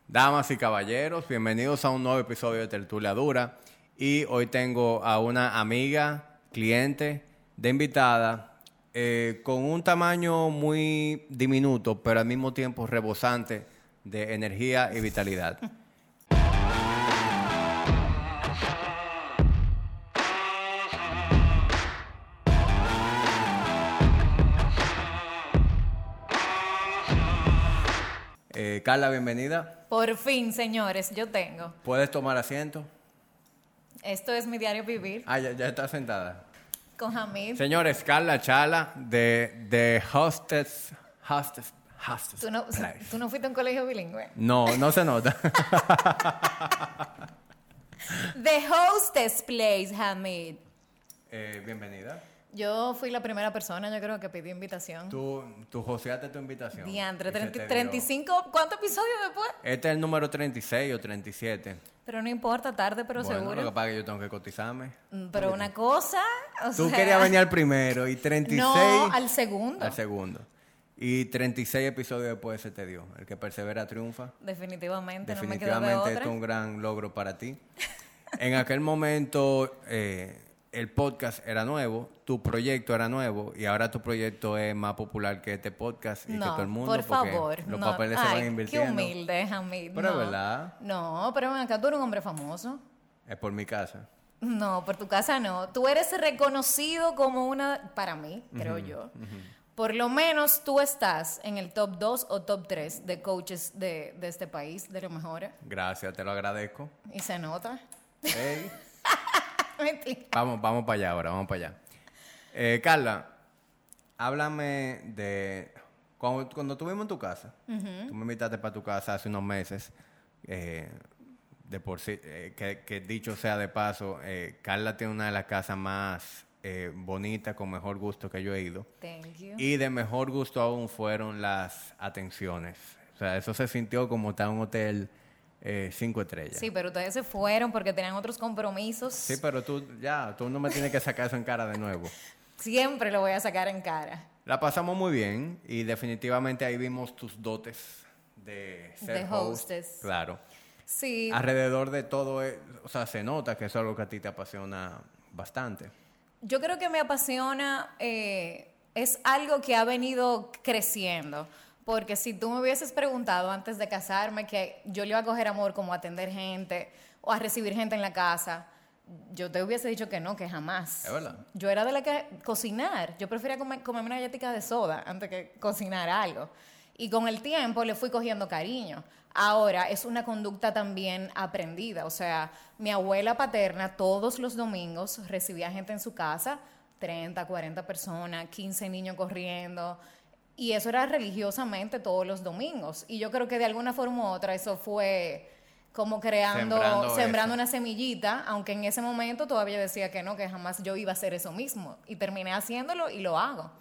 Damas y caballeros, bienvenidos a un nuevo episodio de Tertulia Dura. Y hoy tengo a una amiga, cliente, de invitada, con un tamaño muy diminuto, pero al mismo tiempo rebosante de energía y vitalidad. Carla, bienvenida. Por fin, señores, yo tengo. ¿Puedes tomar asiento? Esto es mi diario vivir Ya está sentada. con Hamid. Señores, Carla Chala de Hostess ¿Tú no fuiste a un colegio bilingüe? No se nota. The Hostess Place, Hamid. Bienvenida. Yo fui la primera persona, yo creo, que pidió invitación. Tú joseaste tu invitación. Diantre, Y se te 35, ¿cuántos episodios después? Este es el número 36 o 37. Pero no importa, tarde pero Bueno, seguro. lo que pasa es que yo tengo que cotizarme. Pero una cosa, Tú querías venir al primero y 36... No, al segundo. Al segundo. Y 36 episodios después se te dio. El que persevera triunfa. Definitivamente, no me quedó de Definitivamente otra. esto es un gran logro para ti. En aquel momento el podcast era nuevo, tu proyecto era nuevo y ahora tu proyecto es más popular que este podcast y que todo el mundo. Por favor. Los no. papeles se van invirtiendo. Qué humilde, Hamid. Pero no. es verdad. No, pero ven acá, tú eres un hombre famoso. Es por mi casa. No, por tu casa no. Tú eres reconocido como una, para mí, creo yo. Por lo menos tú estás en el top 2 o top 3 de coaches de este país, de los mejores. Gracias, te lo agradezco. Y se nota. Hey. Mentira. Vamos para allá ahora, vamos para allá. Carla, háblame de... Cuando estuvimos en tu casa, tú me invitaste para tu casa hace unos meses, de por sí, que dicho sea de paso, Carla tiene una de las casas más bonitas, con mejor gusto que yo he ido. Thank you. Y de mejor gusto aún fueron las atenciones. O sea, eso se sintió como estar en un hotel 5 estrellas. Sí, pero ustedes se fueron porque tenían otros compromisos. Sí, pero tú no me tienes que sacar eso en cara de nuevo. Siempre lo voy a sacar en cara. La pasamos muy bien y definitivamente ahí vimos tus dotes de ser De hostess. Claro. Sí. Alrededor de todo, o sea, se nota que eso es algo que a ti te apasiona bastante. Yo creo que me apasiona, es algo que ha venido creciendo. Porque si tú me hubieses preguntado antes de casarme que yo le iba a coger amor como a atender gente o a recibir gente en la casa, yo te hubiese dicho que no, que jamás. Es verdad. Yo era de la que cocinar. Yo prefería comerme una galletita de soda antes que cocinar algo. Y con el tiempo le fui cogiendo cariño. Ahora es una conducta también aprendida. O sea, mi abuela paterna todos los domingos recibía gente en su casa, 30, 40 personas, 15 niños corriendo. Y eso era religiosamente todos los domingos. Y yo creo que de alguna forma u otra eso fue como sembrando una semillita, aunque en ese momento todavía decía que no, que jamás yo iba a hacer eso mismo. Y terminé haciéndolo y lo hago.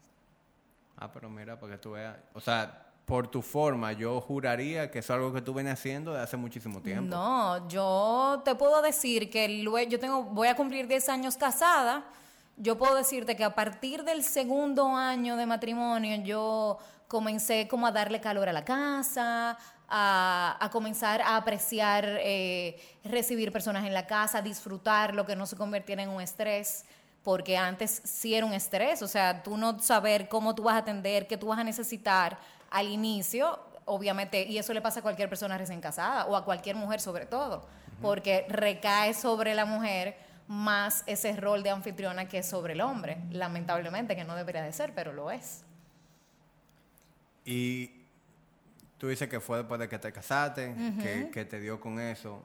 Pero mira, para que tú veas, o sea, por tu forma, yo juraría que es algo que tú vienes haciendo de hace muchísimo tiempo. No, yo te puedo decir que voy a cumplir 10 años casada. Yo puedo decirte que a partir del segundo año de matrimonio yo comencé como a darle calor a la casa, a comenzar a apreciar recibir personas en la casa, disfrutar que no se convirtiera en un estrés, porque antes sí era un estrés, o sea, tú no saber cómo tú vas a atender, qué tú vas a necesitar al inicio, obviamente, y eso le pasa a cualquier persona recién casada o a cualquier mujer sobre todo, porque recae sobre la mujer más ese rol de anfitriona que es sobre el hombre, lamentablemente, que no debería de ser, pero lo es. Y tú dices que fue después de que te casaste, que te dio con eso.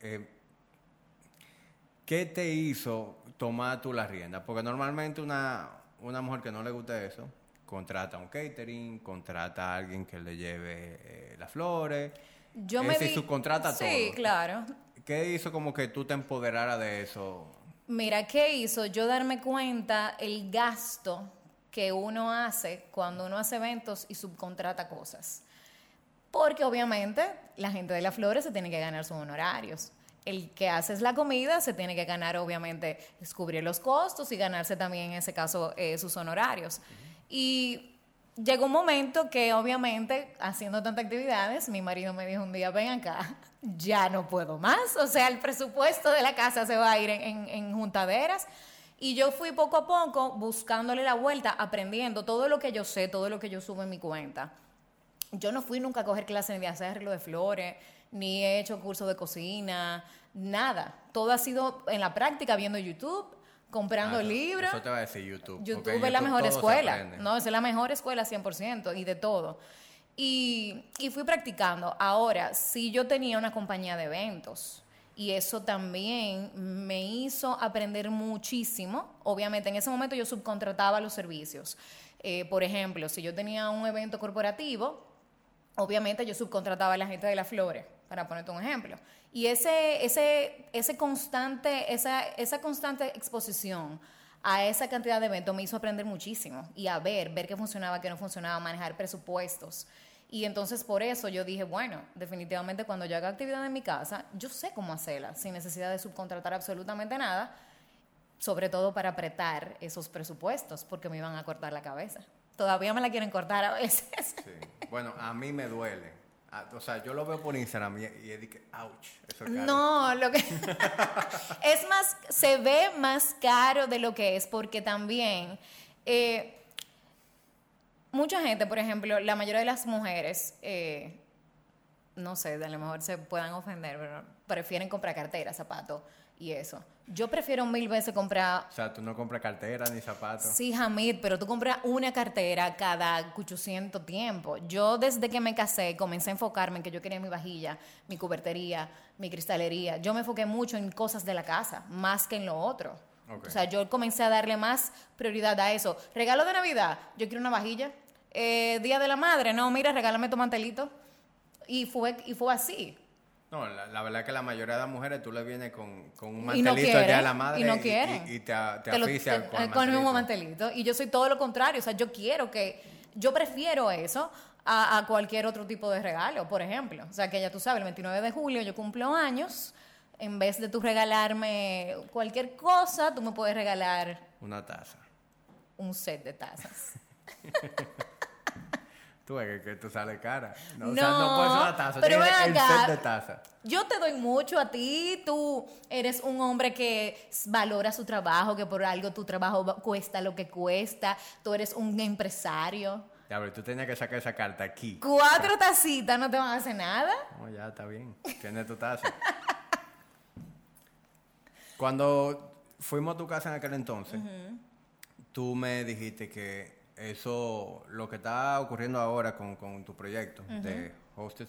¿Qué te hizo tomar tú la rienda? Porque normalmente una mujer que no le gusta eso, contrata un catering, contrata a alguien que le lleve las flores, subcontrata todo. Sí, claro. ¿Qué hizo como que tú te empoderaras de eso? Mira, ¿qué hizo? Yo darme cuenta el gasto que uno hace cuando uno hace eventos y subcontrata cosas. Porque obviamente la gente de las flores se tiene que ganar sus honorarios. El que hace la comida se tiene que ganar, obviamente, descubrir los costos y ganarse también, en ese caso, sus honorarios. Y llegó un momento que obviamente haciendo tantas actividades, mi marido me dijo un día, ven acá, ya no puedo más, o sea, el presupuesto de la casa se va a ir en juntaderas. Y yo fui poco a poco buscándole la vuelta, aprendiendo todo lo que yo sé, todo lo que yo subo en mi cuenta. Yo no fui nunca a coger clases ni de hacer arreglo de flores, ni he hecho cursos de cocina, nada. Todo ha sido en la práctica, viendo YouTube, comprando libros. Eso te va a decir YouTube. YouTube es la mejor escuela. No, es la mejor escuela 100% y de todo. Y fui practicando. Ahora, sí yo tenía una compañía de eventos. Y eso también me hizo aprender muchísimo. Obviamente, en ese momento yo subcontrataba los servicios. Por ejemplo, si yo tenía un evento corporativo, obviamente yo subcontrataba a la gente de las flores, para ponerte un ejemplo. Y esa constante exposición a esa cantidad de eventos me hizo aprender muchísimo. Y a ver qué funcionaba, qué no funcionaba, manejar presupuestos. Y entonces por eso yo dije, bueno, definitivamente cuando yo haga actividad en mi casa, yo sé cómo hacerla, sin necesidad de subcontratar absolutamente nada, sobre todo para apretar esos presupuestos, porque me iban a cortar la cabeza. Todavía me la quieren cortar a veces. Sí. Bueno, a mí me duele. O sea, yo lo veo por Instagram y dije, ouch, eso es caro. No, lo que es más, se ve más caro de lo que es, porque también mucha gente, por ejemplo, la mayoría de las mujeres, no sé, a lo mejor se puedan ofender, pero prefieren comprar carteras, zapatos y eso. Yo prefiero 1000 veces comprar... O sea, tú no compras cartera ni zapatos. Sí, Hamid, pero tú compras una cartera cada 800 tiempo. Yo desde que me casé comencé a enfocarme en que yo quería mi vajilla, mi cubertería, mi cristalería. Yo me enfoqué mucho en cosas de la casa, más que en lo otro. Okay. O sea, yo comencé a darle más prioridad a eso. Regalo de Navidad, yo quiero una vajilla. Día de la Madre, no, mira, regálame tu mantelito. Y fue así. No, la verdad es que la mayoría de las mujeres tú le vienes con un mantelito ya de la madre y no quieren. Y te asfixian con el mismo mantelito. Y yo soy todo lo contrario. O sea, yo prefiero eso a cualquier otro tipo de regalo, por ejemplo. O sea, que ya tú sabes, el 29 de julio yo cumplo años. En vez de tú regalarme cualquier cosa, tú me puedes regalar... una taza. Un set de tazas. Tú ves que tú sales cara. No, o sea, no puedes una taza, pero tienes el acá, set de taza. Yo te doy mucho a ti. Tú eres un hombre que valora su trabajo, que por algo tu trabajo cuesta lo que cuesta. Tú eres un empresario. Ya, pero tú tenías que sacar esa carta aquí. 4 tacitas no te van a hacer nada. No, ya, está bien. Tienes tu taza. Cuando fuimos a tu casa en aquel entonces, tú me dijiste que eso, lo que está ocurriendo ahora con tu proyecto de Hostess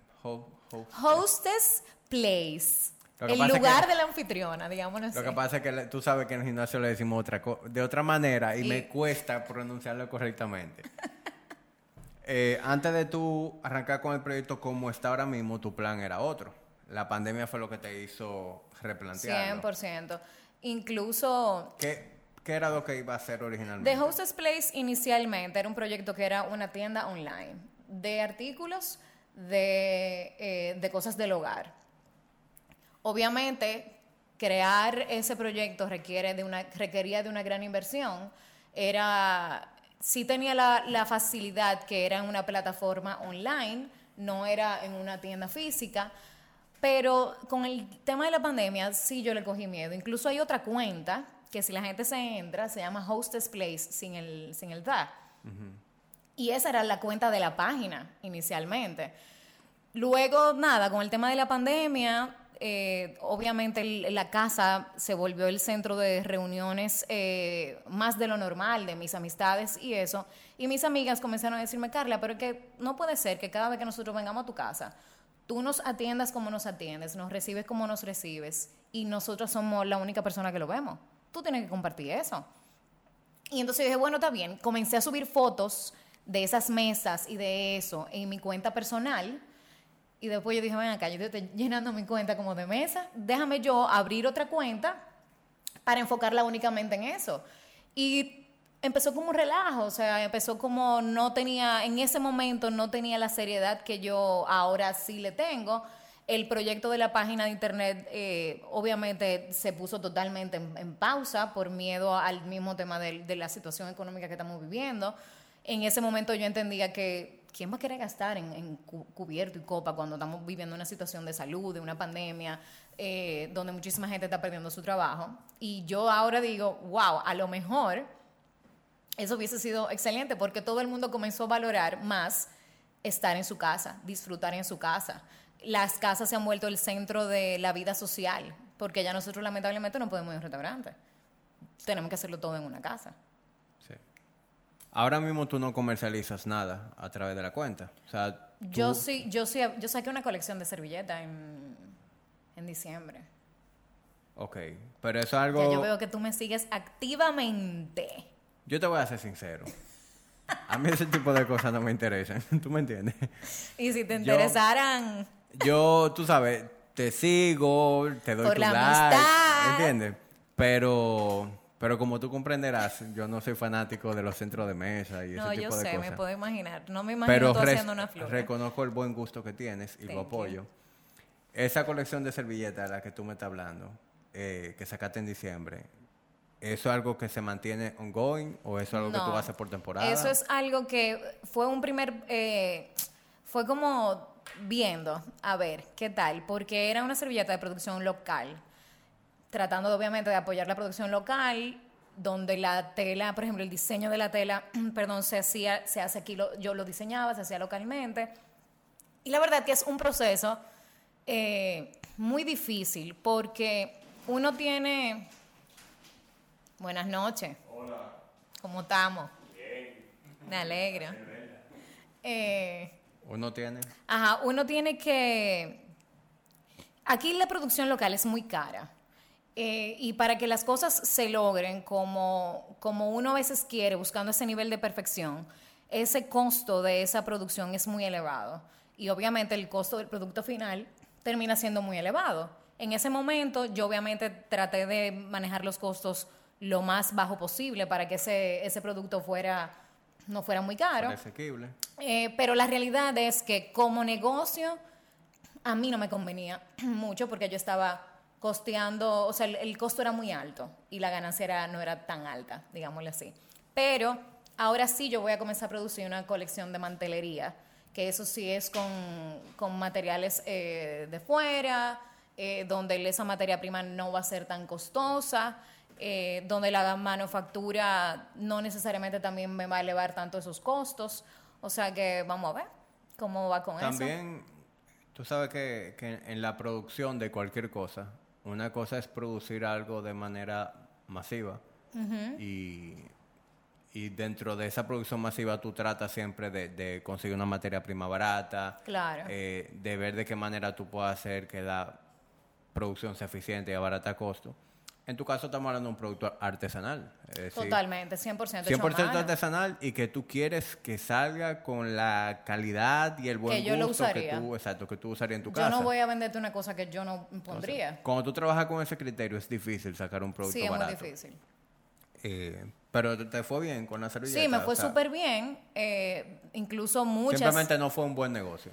Place, el lugar de la anfitriona, digámoslo así. Lo que pasa es que tú sabes que en el gimnasio le decimos de otra manera y me cuesta pronunciarlo correctamente. Antes de tú arrancar con el proyecto como está ahora mismo, tu plan era otro. La pandemia fue lo que te hizo replantearlo. 100%. Incluso... ¿Qué era lo que iba a hacer originalmente? The Hostess Place inicialmente era un proyecto que era una tienda online de artículos de cosas del hogar. Obviamente, crear ese proyecto requería de una gran inversión. Sí tenía la facilidad que era en una plataforma online, no era en una tienda física. Pero con el tema de la pandemia, sí yo le cogí miedo. Incluso hay otra cuenta que si la gente se entra, se llama Hostess Place sin el tag. Y esa era la cuenta de la página inicialmente. Luego, nada, con el tema de la pandemia, obviamente la casa se volvió el centro de reuniones más de lo normal, de mis amistades y eso. Y mis amigas comenzaron a decirme, Carla, pero es que no puede ser que cada vez que nosotros vengamos a tu casa, tú nos atiendas como nos atiendes, nos recibes como nos recibes y nosotros somos la única persona que lo vemos. Tú tienes que compartir eso. Y entonces dije, bueno, está bien. Comencé a subir fotos de esas mesas y de eso en mi cuenta personal. Y después yo dije, ven acá, yo te estoy llenando mi cuenta como de mesa. Déjame yo abrir otra cuenta para enfocarla únicamente en eso. Y empezó como un relajo, o sea, empezó como en ese momento no tenía la seriedad que yo ahora sí le tengo. El proyecto de la página de internet obviamente se puso totalmente en pausa por miedo al mismo tema de la situación económica que estamos viviendo. En ese momento yo entendía que ¿quién va a querer gastar en cubierto y copa cuando estamos viviendo una situación de salud, de una pandemia, donde muchísima gente está perdiendo su trabajo? Y yo ahora digo, wow, a lo mejor eso hubiese sido excelente porque todo el mundo comenzó a valorar más estar en su casa, disfrutar en su casa. Las casas se han vuelto el centro de la vida social, porque ya nosotros lamentablemente no podemos ir a un restaurante. Tenemos que hacerlo todo en una casa. Sí. Ahora mismo tú no comercializas nada a través de la cuenta. O sea, Yo saqué una colección de servilletas en diciembre. Ok, pero eso es algo... Ya yo veo que tú me sigues activamente. Yo te voy a ser sincero. A mí ese tipo de cosas no me interesan. ¿Tú me entiendes? Y si te interesaran... Tú sabes, te sigo, te doy por tu la like, amistad. ¿entiendes? Pero como tú comprenderás, yo no soy fanático de los centros de mesa y ese tipo de cosas. No, yo sé, me puedo imaginar. No me imagino Pero tú haciendo una flor. reconozco el buen gusto que tienes y lo apoyo. Esa colección de servilletas de la que tú me estás hablando, que sacaste en diciembre, ¿eso es algo que se mantiene ongoing o eso es algo que tú haces por temporada? Eso es algo que fue un primer... fue como viendo, a ver, ¿qué tal? Porque era una servilleta de producción local, tratando obviamente de apoyar la producción local, donde la tela, por ejemplo, el diseño de la tela, perdón, se hace aquí, yo lo diseñaba, se hacía localmente. Y la verdad que es un proceso muy difícil porque uno tiene... Buenas noches. Hola. ¿Cómo estamos? Bien. Me alegro. ¿Uno tiene? Uno tiene que... Aquí la producción local es muy cara. Y para que las cosas se logren como uno a veces quiere, buscando ese nivel de perfección, ese costo de esa producción es muy elevado. Y obviamente el costo del producto final termina siendo muy elevado. En ese momento yo obviamente traté de manejar los costos lo más bajo posible para que ese producto no fuera muy caro. Asequible. Pero la realidad es que como negocio a mí no me convenía mucho porque yo estaba costeando, o sea, el costo era muy alto y la ganancia no era tan alta, digámosle así. Pero ahora sí yo voy a comenzar a producir una colección de mantelería, que eso sí es con materiales de fuera, donde esa materia prima no va a ser tan costosa, donde la manufactura no necesariamente también me va a elevar tanto esos costos. O sea que vamos a ver cómo va con eso. También, tú sabes que en la producción de cualquier cosa, una cosa es producir algo de manera masiva y dentro de esa producción masiva tú tratas siempre de conseguir una materia prima barata, claro. De ver de qué manera tú puedes hacer que la producción sea eficiente y a barata costo. En tu caso estamos hablando de un producto artesanal. Es decir, totalmente, 100% 100% artesanal y que tú quieres que salga con la calidad y el buen gusto que tú usarías en tu casa. Yo no voy a venderte una cosa que yo no pondría. O sea, cuando tú trabajas con ese criterio es difícil sacar un producto barato. Sí, es muy difícil. Pero te fue bien con la servilleta. Sí, me fue súper bien. Incluso muchas... Simplemente no fue un buen negocio.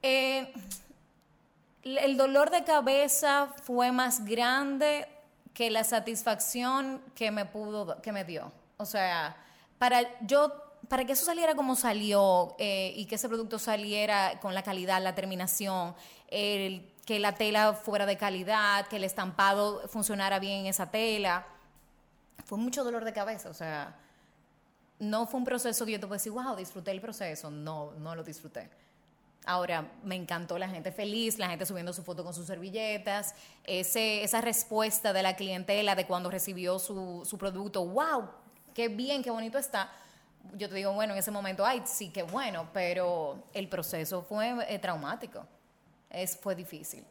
El dolor de cabeza fue más grande que la satisfacción que me dio. O sea, para que eso saliera como salió y que ese producto saliera con la calidad, la terminación, que la tela fuera de calidad, que el estampado funcionara bien en esa tela, fue mucho dolor de cabeza. O sea, no fue un proceso que yo te puedo decir, wow, disfruté el proceso. No lo disfruté. Ahora, me encantó la gente feliz, la gente subiendo su foto con sus servilletas, esa respuesta de la clientela de cuando recibió su producto, wow, qué bien, qué bonito está. Yo te digo, bueno, en ese momento, ay, sí, qué bueno, pero el proceso fue traumático, fue difícil.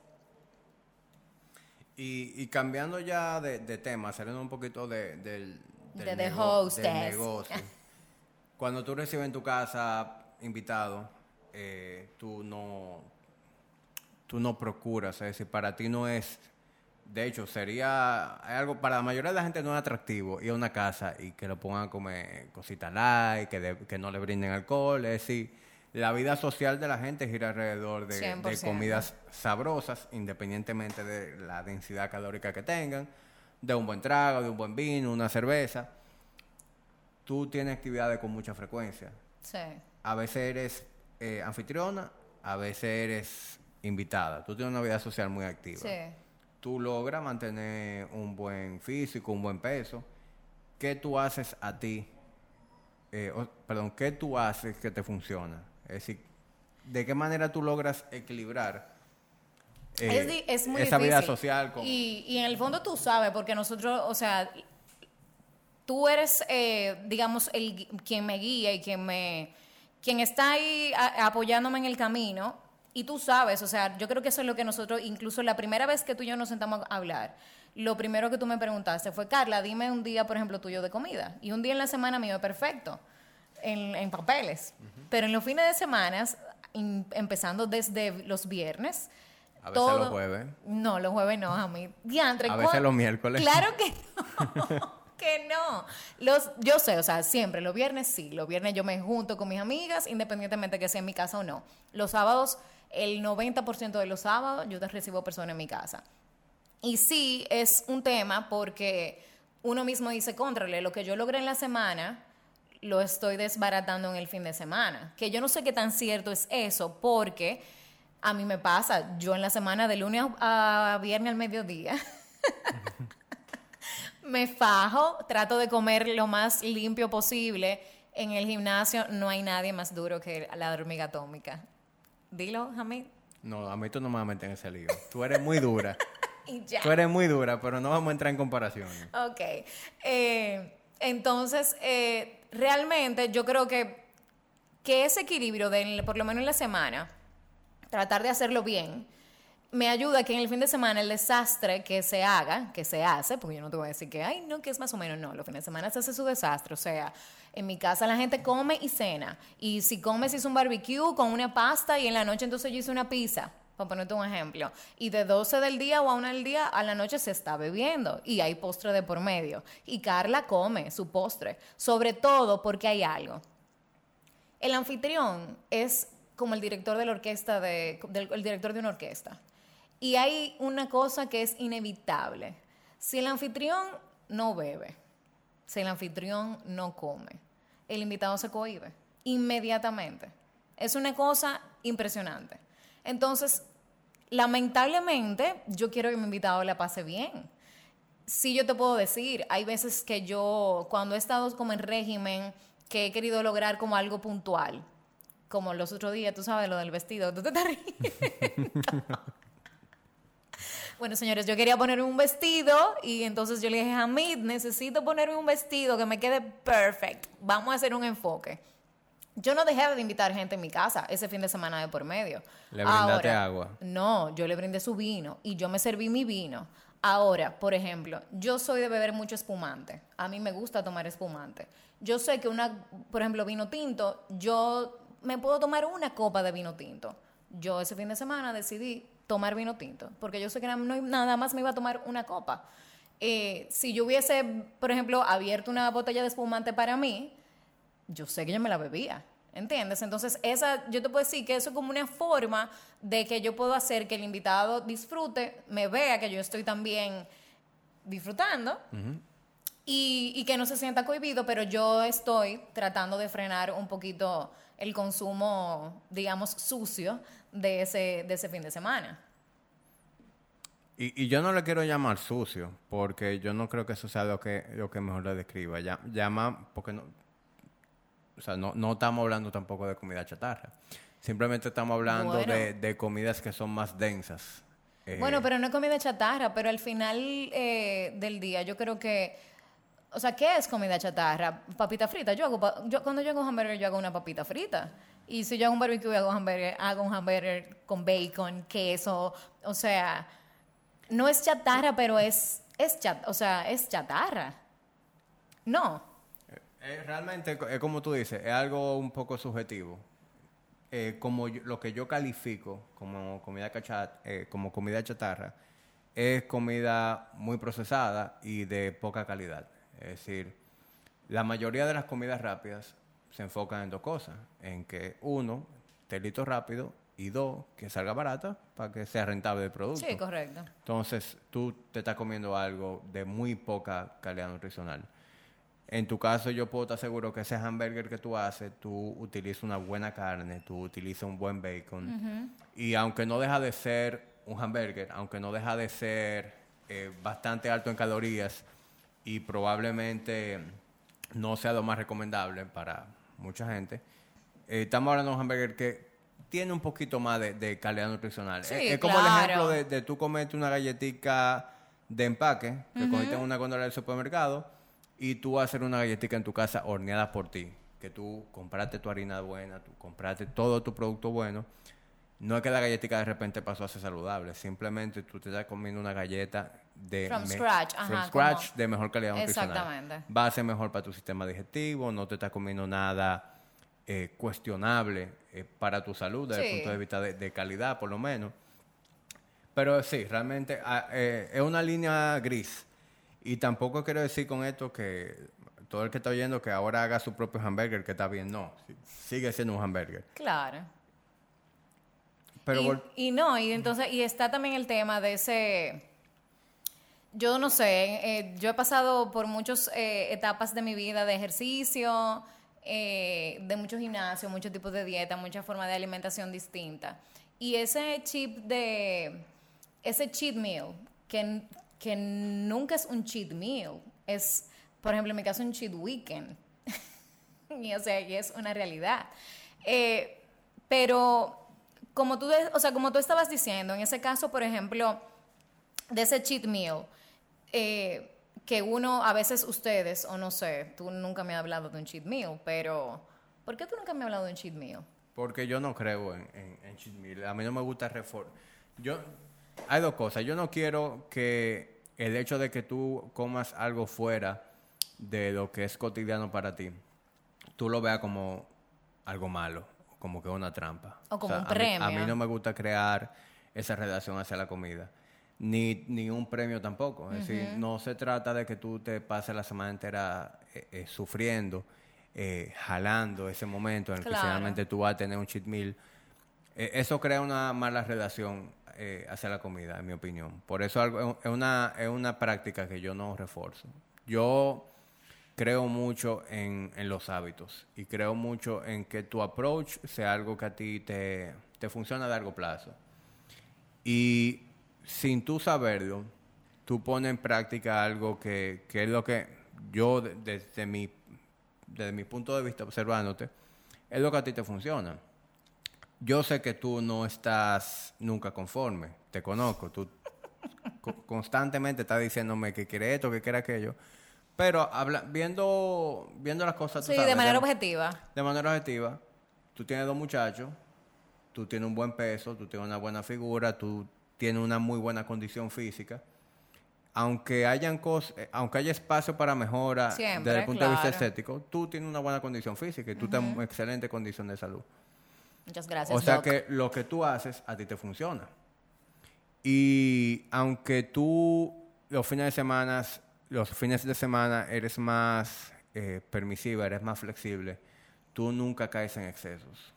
Y cambiando ya de tema, saliendo un poquito del negocio. Cuando tú recibes en tu casa invitados, tú no procuras, es decir, para ti no es, de hecho, sería algo, para la mayoría de la gente no es atractivo ir a una casa y que lo pongan a comer cositas light, que no le brinden alcohol, es decir, la vida social de la gente gira alrededor de comidas sabrosas, independientemente de la densidad calórica que tengan, de un buen trago, de un buen vino, una cerveza. Tú tienes actividades con mucha frecuencia. Sí. A veces eres anfitriona, a veces eres invitada. Tú tienes una vida social muy activa. Sí. Tú logras mantener un buen físico, un buen peso. ¿Qué tú haces a ti? ¿Qué tú haces que te funciona? Es decir, ¿de qué manera tú logras equilibrar es muy esa difícil. vida social con... Y en el fondo tú sabes, porque nosotros, o sea, tú eres, digamos, quien me guía y quien está ahí apoyándome en el camino, y tú sabes, o sea, yo creo que eso es lo que nosotros, incluso la primera vez que tú y yo nos sentamos a hablar, lo primero que tú me preguntaste fue, Carla, dime un día, por ejemplo, tuyo de comida, y un día en la semana mío es perfecto, en papeles, pero en los fines de semana, empezando desde los viernes, A veces los jueves. No, los jueves no, a mí. Diantre, A veces los miércoles. Claro que no. Que no. Yo sé, o sea, siempre, los viernes sí. Los viernes yo me junto con mis amigas, independientemente que sea en mi casa o no. Los sábados, el 90% de los sábados, yo te recibo personas en mi casa. Y sí, es un tema porque uno mismo dice, cóntrale, lo que yo logré en la semana, lo estoy desbaratando en el fin de semana. Que yo no sé qué tan cierto es eso, porque a mí me pasa, yo en la semana de lunes a viernes al mediodía me fajo, trato de comer lo más limpio posible. En el gimnasio no hay nadie más duro que la hormiga atómica. Dilo, Hamid. No, a mí tú no me vas a meter en ese lío. Tú eres muy dura. Y ya. Tú eres muy dura, pero no vamos a entrar en comparaciones. Ok. Entonces, realmente yo creo que ese equilibrio, por lo menos en la semana, tratar de hacerlo bien, me ayuda que en el fin de semana el desastre que se hace, porque yo no te voy a decir que, ay, no, que es más o menos, no, los fines de semana se hace su desastre, o sea, en mi casa la gente come y cena, y si comes hice un barbecue con una pasta, y en la noche entonces yo hice una pizza, para ponerte un ejemplo, y de 12 del día o a 1 del día, a la noche se está bebiendo, y hay postre de por medio, y Carla come su postre, sobre todo porque hay algo. El anfitrión es como el director de la orquesta, el director de una orquesta. Y hay una cosa que es inevitable. Si el anfitrión no bebe, si el anfitrión no come, el invitado se cohíbe inmediatamente. Es una cosa impresionante. Entonces, lamentablemente, yo quiero que mi invitado la pase bien. Sí, yo te puedo decir, hay veces que yo, cuando he estado como en régimen, que he querido lograr como algo puntual, como los otros días, tú sabes, lo del vestido, tú te estás riendo. Bueno, señores, yo quería ponerme un vestido y entonces yo le dije, Hamid, necesito ponerme un vestido que me quede perfecto. Vamos a hacer un enfoque. Yo no dejé de invitar gente en mi casa ese fin de semana de por medio. ¿Le brindaste agua? No, yo le brindé su vino y yo me serví mi vino. Ahora, por ejemplo, yo soy de beber mucho espumante. A mí me gusta tomar espumante. Yo sé que por ejemplo, vino tinto, yo me puedo tomar una copa de vino tinto. Yo ese fin de semana decidí tomar vino tinto, porque yo sé que nada más me iba a tomar una copa. Si yo hubiese, por ejemplo, abierto una botella de espumante para mí, yo sé que yo me la bebía, ¿entiendes? Entonces, yo te puedo decir que eso es como una forma de que yo puedo hacer que el invitado disfrute, me vea que yo estoy también disfrutando, y que no se sienta cohibido, pero yo estoy tratando de frenar un poquito el consumo, digamos, sucio de ese fin de semana. Y yo no le quiero llamar sucio, porque yo no creo que eso sea lo que mejor le describa. Llama, porque no, o sea, no estamos hablando tampoco de comida chatarra. Simplemente estamos hablando de comidas que son más densas. Bueno, pero no es comida chatarra, pero al final del día yo creo que, o sea, ¿qué es comida chatarra? Papita frita. Cuando yo hago un hamburger, yo hago una papita frita. Y si yo hago un barbecue, hago un hamburger con bacon, queso. O sea, no es chatarra, pero es chatarra. No. Realmente, es como tú dices, es algo un poco subjetivo. Lo que yo califico como comida chatarra es comida muy procesada y de poca calidad. Es decir, la mayoría de las comidas rápidas se enfocan en dos cosas. En que, uno, esté listo rápido, y dos, que salga barata para que sea rentable el producto. Sí, correcto. Entonces, tú te estás comiendo algo de muy poca calidad nutricional. En tu caso, yo puedo estar seguro que ese hamburger que tú haces, tú utilizas una buena carne, tú utilizas un buen bacon. Y aunque no deja de ser un hamburger, aunque no deja de ser bastante alto en calorías y probablemente no sea lo más recomendable para mucha gente, estamos hablando de un hamburger que tiene un poquito más de calidad nutricional. Sí, Es como el ejemplo claro. de tú comerte una galletica de empaque que cogiste en una góndola del supermercado y tú hacer una galletica en tu casa horneada por ti. Que tú compraste tu harina buena, tú compraste todo tu producto bueno. No es que la galletica de repente pasó a ser saludable. Simplemente tú te estás comiendo una galleta From scratch, from ajá. scratch de mejor calidad nutricional. Exactamente. Va a ser mejor para tu sistema digestivo, no te estás comiendo nada cuestionable para tu salud desde el punto de Sí. vista de calidad, por lo menos. Pero sí, realmente es una línea gris. Y tampoco quiero decir con esto que todo el que está oyendo que ahora haga su propio hamburger, que está bien. No, sigue siendo un hamburger. Claro. Pero Y no, y entonces, y está también el tema de ese, yo no sé, yo he pasado por muchas etapas de mi vida de ejercicio, de mucho gimnasio, muchos tipos de dieta, muchas formas de alimentación distintas. Y ese cheat meal, que nunca es un cheat meal, es, por ejemplo, en mi caso, un cheat weekend. Y o sea, y es una realidad. Pero como tú estabas diciendo, en ese caso, por ejemplo, de ese cheat meal, que uno, a veces ustedes, o no sé, tú nunca me has hablado de un cheat meal, pero ¿por qué tú nunca me has hablado de un cheat meal? porque yo no creo en cheat meal. A mí no me gusta hay dos cosas. Yo no quiero que el hecho de que tú comas algo fuera de lo que es cotidiano para ti, tú lo veas como algo malo, como que una trampa. O como un A mí premio. no me gusta crear esa relación hacia la comida. Ni un premio tampoco. Es decir, no se trata de que tú te pases la semana entera sufriendo, jalando ese momento en el que Claro. finalmente tú vas a tener un cheat meal. Eso crea una mala relación hacia la comida, en mi opinión. Por eso es una práctica que yo no refuerzo. Yo creo mucho en los hábitos y creo mucho en que tu approach sea algo que a ti te funciona a largo plazo. Y sin tú saberlo, tú pones en práctica algo que es lo que yo, desde mi punto de vista, observándote, es lo que a ti te funciona. Yo sé que tú no estás nunca conforme, te conozco, tú constantemente estás diciéndome que quiere esto, que quiere aquello, pero viendo las cosas, tú Sí, sabes, de manera objetiva. de manera objetiva, tú tienes dos muchachos, tú tienes un buen peso, tú tienes una buena figura, tú tienes una muy buena condición física. Aunque aunque haya espacio para mejora Siempre, desde el punto de vista claro. estético, tú tienes una buena condición física y tú estás en una excelente condición de salud. Muchas gracias, O sea Doc. que lo que tú haces a ti te funciona. Y aunque tú los fines de semana eres más permisiva, eres más flexible, tú nunca caes en excesos.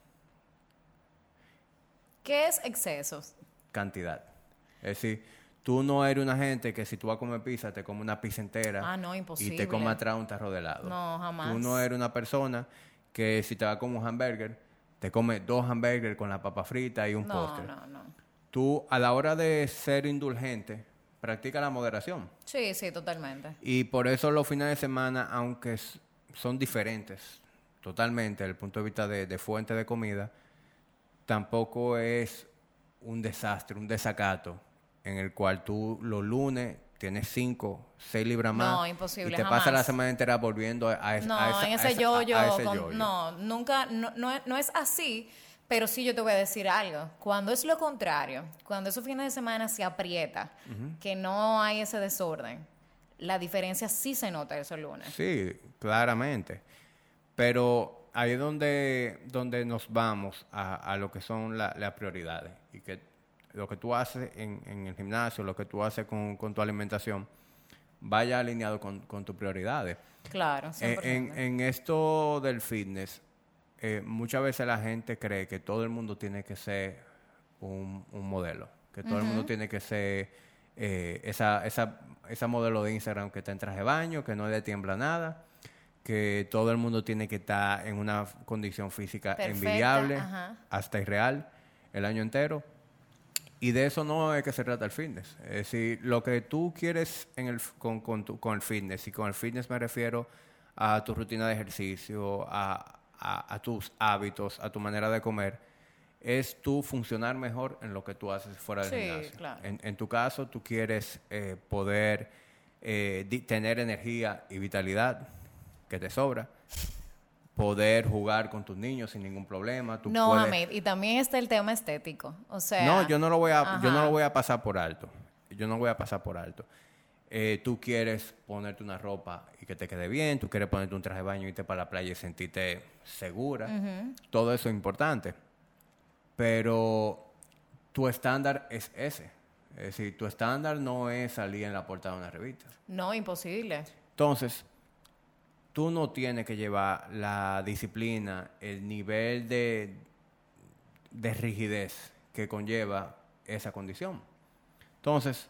¿Qué es excesos? Cantidad. Es decir, tú no eres una gente que si tú vas a comer pizza, te come una pizza entera Ah, no, y imposible. te come atrás un tarro de helado. No, jamás. Tú no eres una persona que si te va a comer un hamburger, te come 2 hamburgers con la papa frita y un No, postre. no. Tú, a la hora de ser indulgente, practica la moderación. Sí, sí, totalmente. Y por eso los fines de semana, aunque son diferentes totalmente desde el punto de vista de fuente de comida, tampoco es un desastre, un desacato, en el cual tú los lunes tienes 5, 6 libras más. No, imposible, y te jamás. pasas la semana entera volviendo No, en ese yo-yo. a ese yo-yo. No, nunca, no es así, pero sí yo te voy a decir algo. Cuando es lo contrario, cuando esos fines de semana se aprieta, que no hay ese desorden, la diferencia sí se nota esos lunes. Sí, claramente. Pero ahí es donde nos vamos a lo que son las prioridades. Y que lo que tú haces en el gimnasio, lo que tú haces con tu alimentación, vaya alineado con tus prioridades. Claro, 100%. En esto del fitness, muchas veces la gente cree que todo el mundo tiene que ser un modelo. Que todo el mundo tiene que ser esa modelo de Instagram que está en traje de baño, que no le tiembla nada. que todo el mundo tiene que estar en una condición física Perfecta, envidiable, ajá. hasta irreal, el año entero. Y de eso no es que se trata el fitness. Es decir, lo que tú quieres con el fitness, y con el fitness me refiero a tu rutina de ejercicio, a tus hábitos, a tu manera de comer, es tú funcionar mejor en lo que tú haces fuera del Sí, gimnasio. claro. En tu caso, tú quieres poder tener energía y vitalidad que te sobra, poder jugar con tus niños sin ningún problema. Tú No, puedes... Hamid, y también está el tema estético. O sea... No, yo no lo voy Ajá. a pasar por alto. Yo no voy a pasar por alto. Tú quieres ponerte una ropa y que te quede bien, tú quieres ponerte un traje de baño y irte para la playa y sentirte segura. Todo eso es importante. Pero tu estándar es ese. Es decir, tu estándar no es salir en la portada de una revista. No, imposible. Entonces, tú no tienes que llevar la disciplina, el nivel de rigidez que conlleva esa condición. Entonces,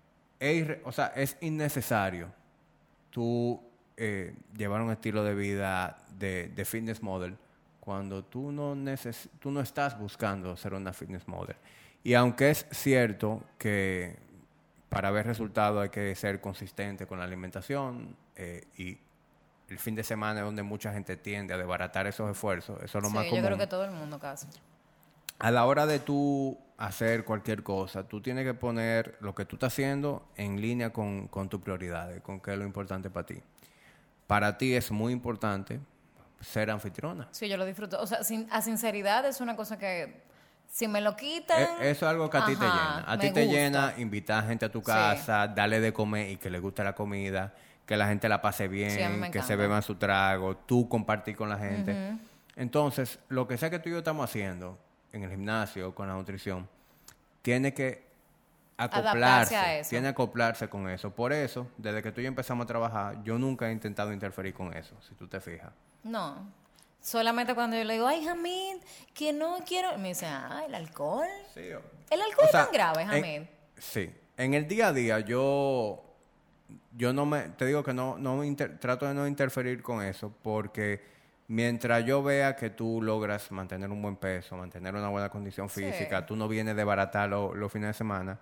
es innecesario tú llevar un estilo de vida de fitness model cuando tú no estás buscando ser una fitness model. Y aunque es cierto que para ver resultados hay que ser consistente con la alimentación y el fin de semana es donde mucha gente tiende a desbaratar esos esfuerzos, eso es lo más Sí, común. yo creo que todo el mundo casi. A la hora de tú hacer cualquier cosa, tú tienes que poner lo que tú estás haciendo en línea con tus prioridades, con qué es lo importante para ti. Para ti es muy importante ser anfitriona. Sí, yo lo disfruto. O sea, a sinceridad es una cosa que si me lo quitan... Eso es algo que a ti te ajá, llena. A me ti te gusta. llena invitar gente a tu Sí. casa, darle de comer y que le guste la comida, que la gente la pase bien, Sí, a mí me que se encanta. beban su trago, tú compartir con la gente. Entonces, lo que sea que tú y yo estamos haciendo en el gimnasio, con la nutrición, tiene que Adaptarse a eso. tiene que acoplarse con eso. Por eso, desde que tú y yo empezamos a trabajar, yo nunca he intentado interferir con eso, si tú te fijas. No. Solamente cuando yo le digo, ay, Hamid, que no quiero... Me dice, el alcohol. Sí, El alcohol es tan grave, Hamid. Sí. En el día a día yo no me... Te digo que trato de no interferir con eso porque mientras yo vea que tú logras mantener un buen peso, mantener una buena condición Sí. física, tú no vienes de baratar los fines de semana,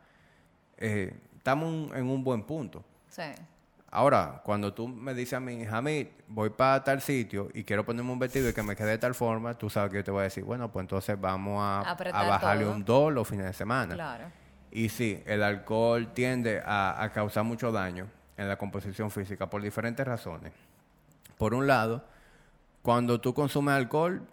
estamos en un buen punto. Sí. Ahora, cuando tú me dices a mí, Hamid, voy para tal sitio y quiero ponerme un vestido y que me quede de tal forma, tú sabes que yo te voy a decir, bueno, pues entonces vamos a Apretar bajarle todo. un 2 los fines de semana. Claro. Y sí, el alcohol tiende a causar mucho daño en la composición física por diferentes razones. Por un lado, cuando tú consumes alcohol,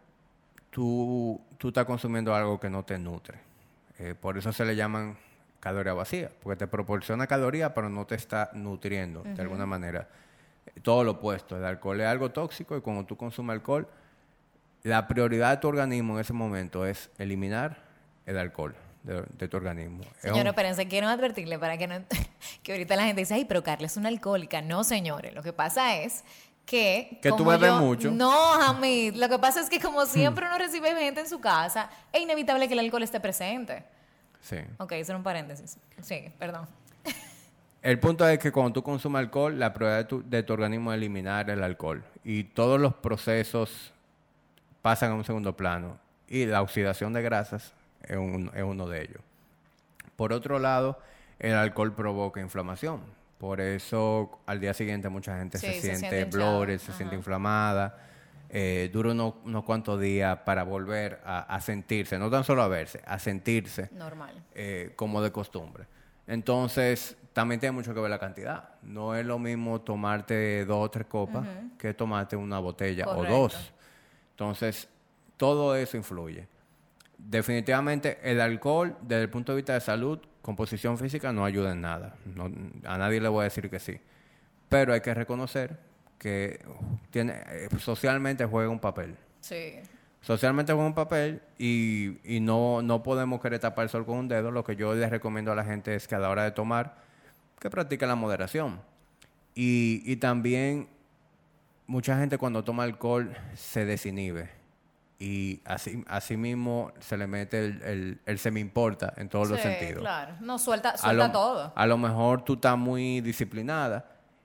tú estás consumiendo algo que no te nutre. Por eso se le llaman calorías vacías, porque te proporciona calorías, pero no te está nutriendo de alguna manera. Todo lo opuesto, el alcohol es algo tóxico y cuando tú consumes alcohol, la prioridad de tu organismo en ese momento es eliminar el alcohol de tu organismo. Señores, espérense, quiero advertirle para que no... que ahorita la gente dice, ay, pero Carla es una alcohólica. No, señores, lo que pasa es que tú como bebes mucho. No, Hamid, lo que pasa es que como siempre uno recibe gente en su casa, es inevitable que el alcohol esté presente. Sí. Ok, eso era un paréntesis. Sí, perdón. El punto es que cuando tú consumes alcohol, la prioridad de tu organismo es eliminar el alcohol. Y todos los procesos pasan a un segundo plano. Y la oxidación de grasas es uno de ellos. Por otro lado, el alcohol provoca inflamación. Por eso al día siguiente mucha gente Sí, se se siente siente hinchada. bloated, se siente inflamada. Dura unos cuantos días para volver a sentirse, no tan solo a verse, a sentirse Normal. como de costumbre. Entonces, también tiene mucho que ver la cantidad. No es lo mismo tomarte 2 o 3 copas que tomarte una botella Correcto. o 2. Entonces, todo eso influye. Definitivamente, el alcohol, desde el punto de vista de salud, composición física, no ayuda en nada. A nadie le voy a decir que sí. Pero hay que reconocer que socialmente juega un papel. Sí. Socialmente juega un papel y no podemos querer tapar el sol con un dedo. Lo que yo les recomiendo a la gente es que a la hora de tomar, que practique la moderación. Y también mucha gente cuando toma alcohol se desinhibe. Y así mismo se le mete el se me importa en todos los Sí, sentidos. claro. No, suelta A lo- todo. A lo mejor tú estás muy disciplinada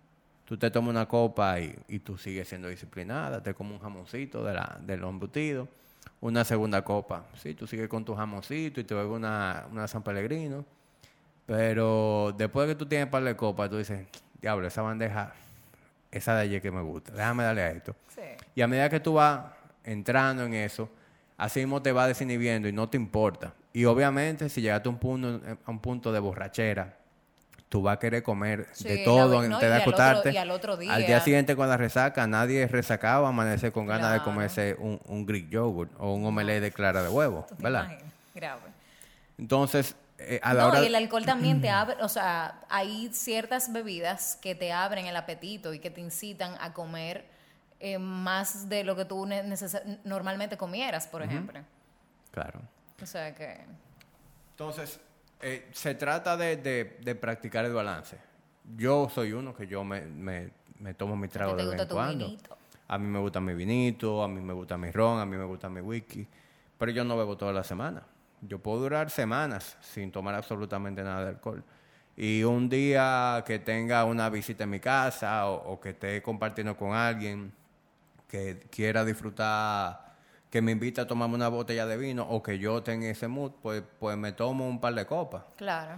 Tú te tomas una copa y tú sigues siendo disciplinada, te comes un jamoncito de los embutidos. Una segunda copa, sí, tú sigues con tu jamoncito y te bebes una San Pellegrino. Pero después que tú tienes un par de copas, tú dices, diablo, esa bandeja, esa de ayer que me gusta, déjame darle a esto. Sí. Y a medida que tú vas entrando en eso, así mismo te vas desinhibiendo y no te importa. Y obviamente, si llegaste a un punto de borrachera, tú vas a querer comer de todo antes de acostarte. Y al otro día. Al día siguiente con la resaca, nadie es resacado, amanece con ganas de Claro. comerse un Greek yogurt o un omelette de clara de huevo, ¿Tú te ¿verdad? imaginas? Grave. Entonces, a la hora... Y el alcohol también te abre, o sea, hay ciertas bebidas que te abren el apetito y que te incitan a comer más de lo que tú normalmente comieras, por ejemplo. Claro. O sea que... Entonces, se trata de practicar el balance. Yo soy uno que yo me tomo mi trago de vez en cuando. Vinito? A mí me gusta mi vinito, a mí me gusta mi ron, a mí me gusta mi whisky, pero yo no bebo toda la semana. Yo puedo durar semanas sin tomar absolutamente nada de alcohol. Y un día que tenga una visita en mi casa o que esté compartiendo con alguien que quiera disfrutar, que me invita a tomarme una botella de vino o que yo tenga ese mood, pues me tomo un par de copas. Claro.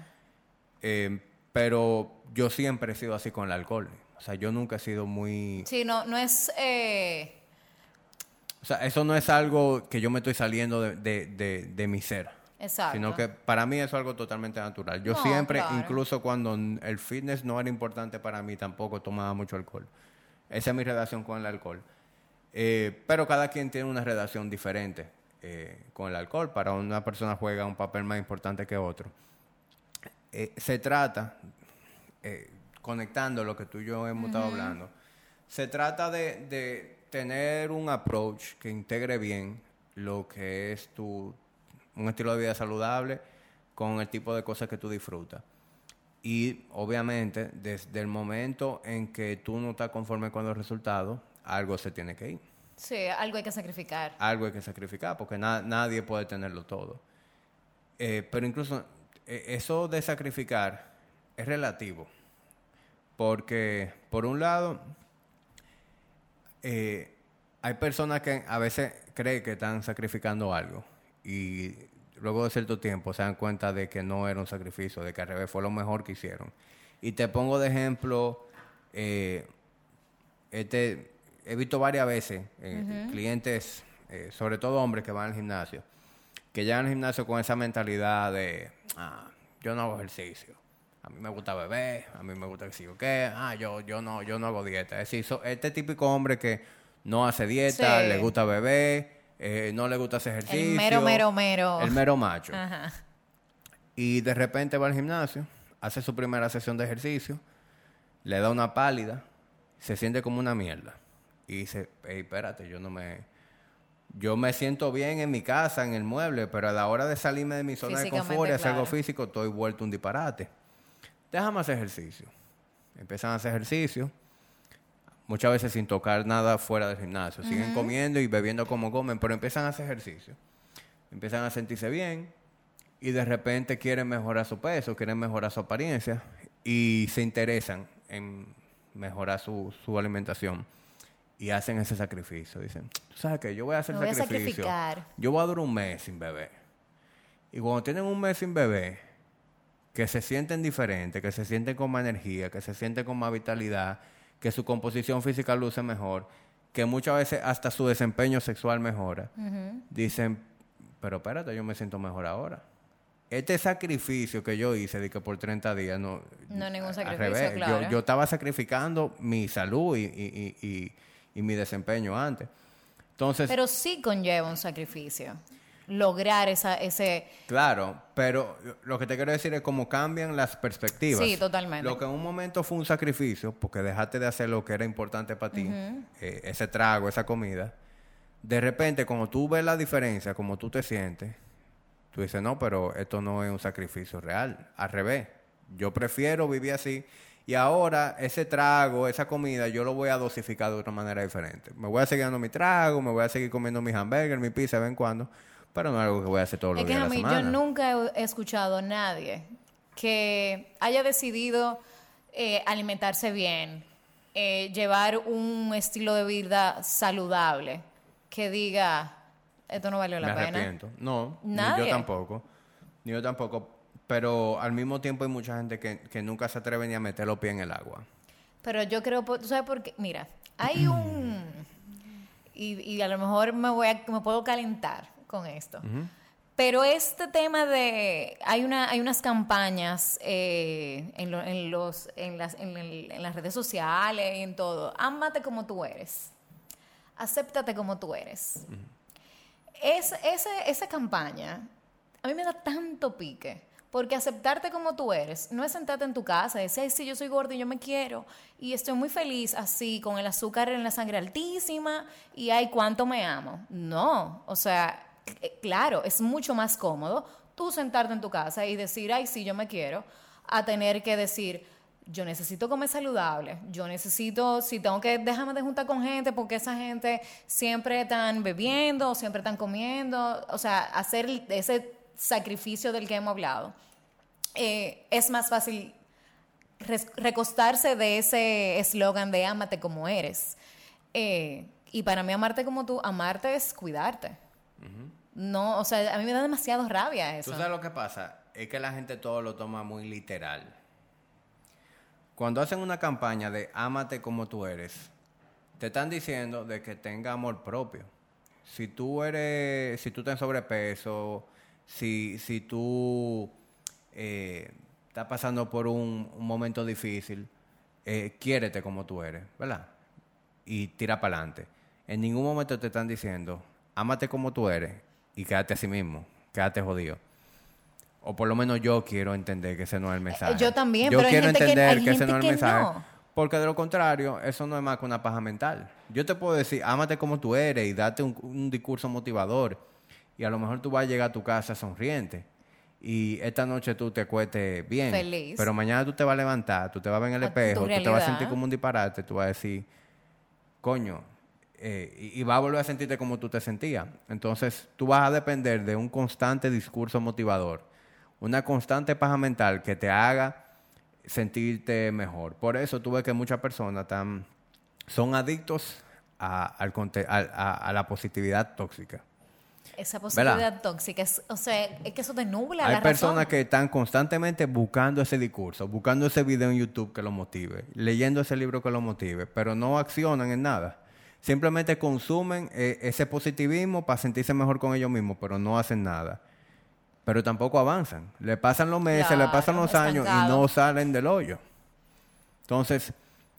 Pero yo siempre he sido así con el alcohol. O sea, yo nunca he sido muy... Sí, no es... O sea, eso no es algo que yo me estoy saliendo de mi ser. Exacto. Sino que para mí eso es algo totalmente natural. Yo No, siempre, claro. incluso cuando el fitness no era importante para mí, tampoco tomaba mucho alcohol. Esa es mi relación con el alcohol. Pero cada quien tiene una relación diferente con el alcohol. Para una persona juega un papel más importante que otro. Se trata, conectando lo que tú y yo hemos estado hablando, se trata de tener un approach que integre bien lo que es un estilo de vida saludable con el tipo de cosas que tú disfrutas. Y obviamente, desde el momento en que tú no estás conforme con los resultados, algo se tiene que ir. Sí, algo hay que sacrificar. Algo hay que sacrificar, porque nadie puede tenerlo todo. Pero incluso eso de sacrificar es relativo. Porque, por un lado, hay personas que a veces creen que están sacrificando algo y luego de cierto tiempo se dan cuenta de que no era un sacrificio, de que al revés fue lo mejor que hicieron. Y te pongo de ejemplo, he visto varias veces clientes, sobre todo hombres que van al gimnasio, que llegan al gimnasio con esa mentalidad de, yo no hago ejercicio. A mí me gusta beber, a mí me gusta que sí o qué, yo no hago dieta. Es decir, este típico hombre que no hace dieta, Sí. le gusta beber, no le gusta hacer ejercicio. El mero. El mero macho. Ajá. Y de repente va al gimnasio, hace su primera sesión de ejercicio, le da una pálida, se siente como una mierda. Y dice, hey, espérate, yo me siento bien en mi casa, en el mueble, pero a la hora de salirme de mi zona de confort y hacer algo físico, estoy vuelto un disparate. Déjame hacer ejercicio. Empiezan a hacer ejercicio, muchas veces sin tocar nada fuera del gimnasio. Siguen comiendo y bebiendo como comen, pero empiezan a hacer ejercicio. Empiezan a sentirse bien y de repente quieren mejorar su peso, quieren mejorar su apariencia y se interesan en mejorar su alimentación. Y hacen ese sacrificio. Dicen, ¿tú sabes qué? Yo voy a hacer sacrificio. Yo voy a durar un mes sin beber. Y cuando tienen un mes sin beber, que se sienten diferentes, que se sienten con más energía, que se sienten con más vitalidad, que su composición física luce mejor, que muchas veces hasta su desempeño sexual mejora, dicen, pero espérate, yo me siento mejor ahora. Este sacrificio que yo hice de que por 30 días no ningún sacrificio, al revés. claro. Yo estaba sacrificando mi salud y mi desempeño antes. Entonces, Pero sí conlleva un sacrificio. Lograr ese... Claro, pero lo que te quiero decir es cómo cambian las perspectivas. Sí, totalmente. Lo que en un momento fue un sacrificio, porque dejaste de hacer lo que era importante para ti, ese trago, esa comida, de repente, cuando tú ves la diferencia, como tú te sientes, tú dices, no, pero esto no es un sacrificio real. Al revés, yo prefiero vivir así. Y ahora ese trago, esa comida, yo lo voy a dosificar de otra manera diferente. Me voy a seguir dando mi trago, me voy a seguir comiendo mis hamburguesas, mi pizza de vez en cuando, pero no es algo que voy a hacer todos los días de la semana. Yo nunca he escuchado a nadie que haya decidido alimentarse bien llevar un estilo de vida saludable que diga, esto no valió la pena. Me arrepiento. No, Nadie. Ni yo tampoco. Pero al mismo tiempo hay mucha gente que nunca se atreve ni a meter los pies en el agua. Pero yo creo, ¿tú sabes por qué? Mira, hay un... Y a lo mejor me puedo calentar con esto. Uh-huh. Pero este tema de... Hay unas campañas en las redes sociales y en todo. Ámate como tú eres. Acéptate como tú eres. Uh-huh. Esa campaña a mí me da tanto pique. Porque aceptarte como tú eres no es sentarte en tu casa y decir, ay, sí, yo soy gorda y yo me quiero y estoy muy feliz así, con el azúcar en la sangre altísima y ay, cuánto me amo. No, o sea, claro, es mucho más cómodo tú sentarte en tu casa y decir, ay, sí, yo me quiero, a tener que decir, yo necesito comer saludable, yo necesito, si tengo que dejarme de juntar con gente porque esa gente siempre están bebiendo, siempre están comiendo, o sea, hacer ese sacrificio del que hemos hablado. Es más fácil recostarse de ese eslogan de ámate como eres. Y para mí amarte es cuidarte. Uh-huh. No, o sea, a mí me da demasiado rabia eso. ¿Tú sabes lo que pasa? Es que la gente todo lo toma muy literal. Cuando hacen una campaña de ámate como tú eres, te están diciendo de que tenga amor propio. Si tú estás en sobrepeso, si tú estás pasando por un momento difícil, quiérete como tú eres, ¿verdad? Y tira para adelante. En ningún momento te están diciendo, ámate como tú eres y quédate a sí mismo, quédate jodido. O por lo menos yo quiero entender que ese no es el mensaje. Yo también, yo pero quiero hay gente entender que ese no es el mensaje. No. Porque de lo contrario, eso no es más que una paja mental. Yo te puedo decir, ámate como tú eres y date un discurso motivador. Y a lo mejor tú vas a llegar a tu casa sonriente. Y esta noche tú te acuestes bien. Feliz. Pero mañana tú te vas a levantar, tú te vas a ver en el espejo, tú te vas a sentir como un disparate, tú vas a decir, coño, y vas a volver a sentirte como tú te sentías. Entonces, tú vas a depender de un constante discurso motivador, una constante paja mental que te haga sentirte mejor. Por eso tú ves que muchas personas son adictos a la positividad tóxica. Esa positividad ¿verdad? Tóxica, es que eso te nubla la razón. Hay personas que están constantemente buscando ese discurso, buscando ese video en YouTube que los motive, leyendo ese libro que los motive, pero no accionan en nada. Simplemente consumen ese positivismo para sentirse mejor con ellos mismos, pero no hacen nada. Pero tampoco avanzan. Le pasan los meses, le pasan los años y no salen del hoyo. Entonces,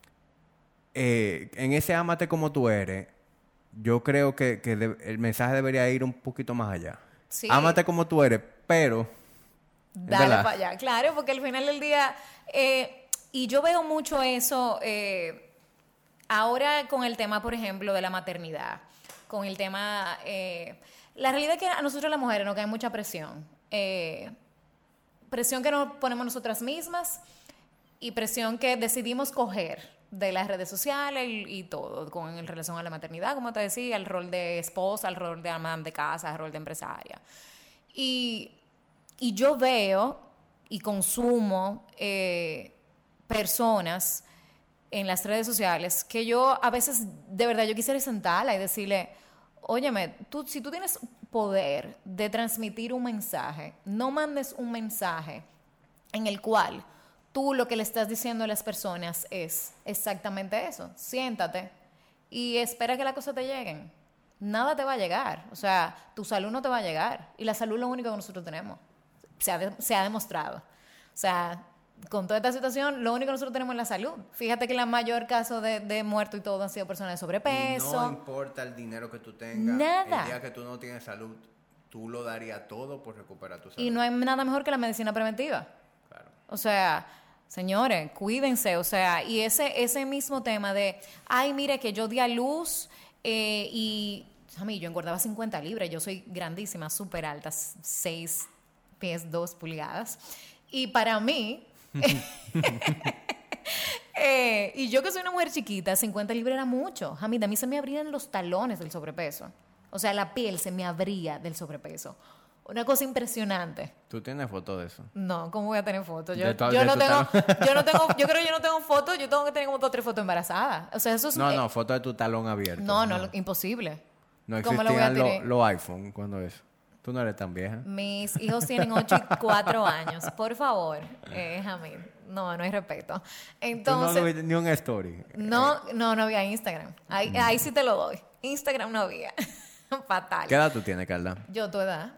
en ese ámate como tú eres, yo creo que el mensaje debería ir un poquito más allá. Sí. Ámate como tú eres, pero... Dale para allá. Claro, porque al final del día... y yo veo mucho eso ahora con el tema, por ejemplo, de la maternidad. Con el tema... la realidad es que a nosotros las mujeres nos cae mucha presión. Presión que nos ponemos nosotras mismas y presión que decidimos coger de las redes sociales y todo, en relación a la maternidad, como te decía, el rol de esposa, el rol de ama de casa, el rol de empresaria. Y yo veo y consumo personas en las redes sociales que yo a veces, de verdad, yo quisiera sentarla y decirle, óyeme, si tú tienes poder de transmitir un mensaje, no mandes un mensaje en el cual tú lo que le estás diciendo a las personas es exactamente eso. Siéntate y espera que las cosas te lleguen. Nada te va a llegar. O sea, tu salud no te va a llegar. Y la salud es lo único que nosotros tenemos. Se ha demostrado. O sea, con toda esta situación, lo único que nosotros tenemos es la salud. Fíjate que el mayor caso de muerto y todo han sido personas de sobrepeso. No importa el dinero que tú tengas. Nada. El día que tú no tienes salud, tú lo darías todo por recuperar tu salud. Y no hay nada mejor que la medicina preventiva. Claro. O sea... Señores, cuídense, o sea, y ese mismo tema de, ay, mire que yo di a luz y a mí yo engordaba 50 libras, yo soy grandísima, súper alta, 6 pies 2 pulgadas, y para mí, y yo que soy una mujer chiquita, 50 libras era mucho, a mí se me abrían los talones del sobrepeso, o sea, la piel se me abría del sobrepeso. Una cosa impresionante. ¿Tú tienes fotos de eso? No, ¿cómo voy a tener fotos? Yo De tu- no de tu tengo, talón. yo creo que yo no tengo fotos, yo tengo que tener como 2 o 3 fotos embarazadas. O sea, eso es... No, fotos de tu talón abierto. No, imposible. No ¿Cómo lo voy a existían tener? los iPhone cuando eso. Tú no eres tan vieja. Mis hijos tienen 8 y 4 años. Por favor, Hamid. No hay respeto. Tú no Entonces, viste ni un story. no había Instagram. Ahí sí te lo doy. Instagram no había. Fatal. ¿Qué edad tú tienes, Carla? Yo, tu edad.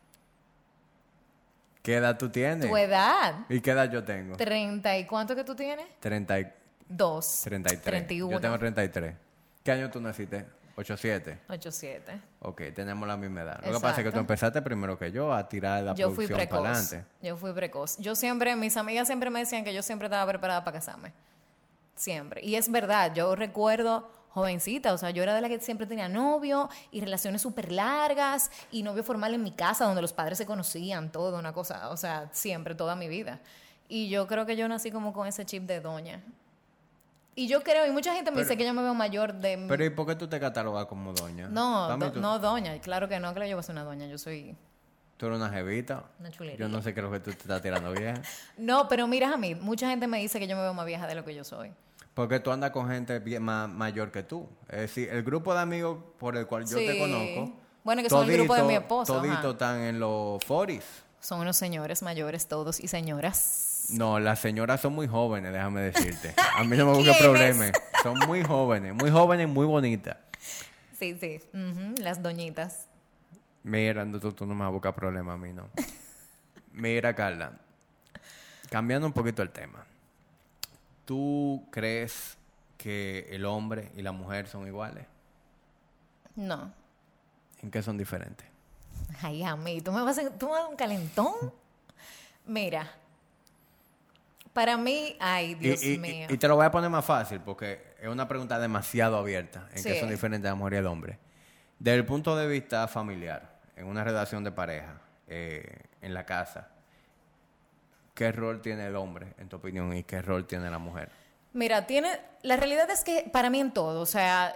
¿Qué edad tú tienes? Tu edad. ¿Y qué edad yo tengo? 30 y ¿cuánto que tú tienes? 33. 31. Yo tengo 33. ¿Qué año tú naciste? 87. 87. Ok, tenemos la misma edad. Lo que pasa es que Exacto. tú empezaste primero que yo a tirar la Yo fui producción para precoz. adelante. Yo fui precoz. Mis amigas siempre me decían que yo siempre estaba preparada para casarme. Siempre. Y es verdad, yo recuerdo jovencita, o sea, yo era de la que siempre tenía novio y relaciones súper largas y novio formal en mi casa donde los padres se conocían, todo, una cosa, o sea, siempre, toda mi vida. Y yo creo que yo nací como con ese chip de doña. Y yo creo, y mucha gente me dice que yo me veo mayor de... Pero ¿y por qué tú te catalogas como doña? No, Para mí tú- no doña, claro que no, que yo voy a ser una doña, yo soy... Tú eres una jevita. Una chulería. Yo no sé qué es lo que tú te estás tirando vieja. No, pero mira a mí, mucha gente me dice que yo me veo más vieja de lo que yo soy. Porque tú andas con gente mayor que tú. Es decir, el grupo de amigos por el cual yo Sí. te conozco. Bueno, que son el grupo de mi esposo. Toditos ajá. están en los 40s. Son unos señores mayores todos y señoras. No, las señoras son muy jóvenes, déjame decirte. A mí no me busques ¿Quiénes? problemas. Son muy jóvenes, muy bonitas. Sí, las doñitas. Mira, tú no me vas a buscar problemas a mí, no. Mira, Carla, cambiando un poquito el tema. ¿Tú crees que el hombre y la mujer son iguales? No. ¿En qué son diferentes? Ay, a mí, tú me vas a dar un calentón. Mira, para mí, ay, Dios mío. Y te lo voy a poner más fácil porque es una pregunta demasiado abierta. ¿En qué Sí. son diferentes la mujer y el hombre? Desde el punto de vista familiar, en una relación de pareja, en la casa, ¿qué rol tiene el hombre, en tu opinión, y qué rol tiene la mujer? Mira, la realidad es que para mí en todo, o sea,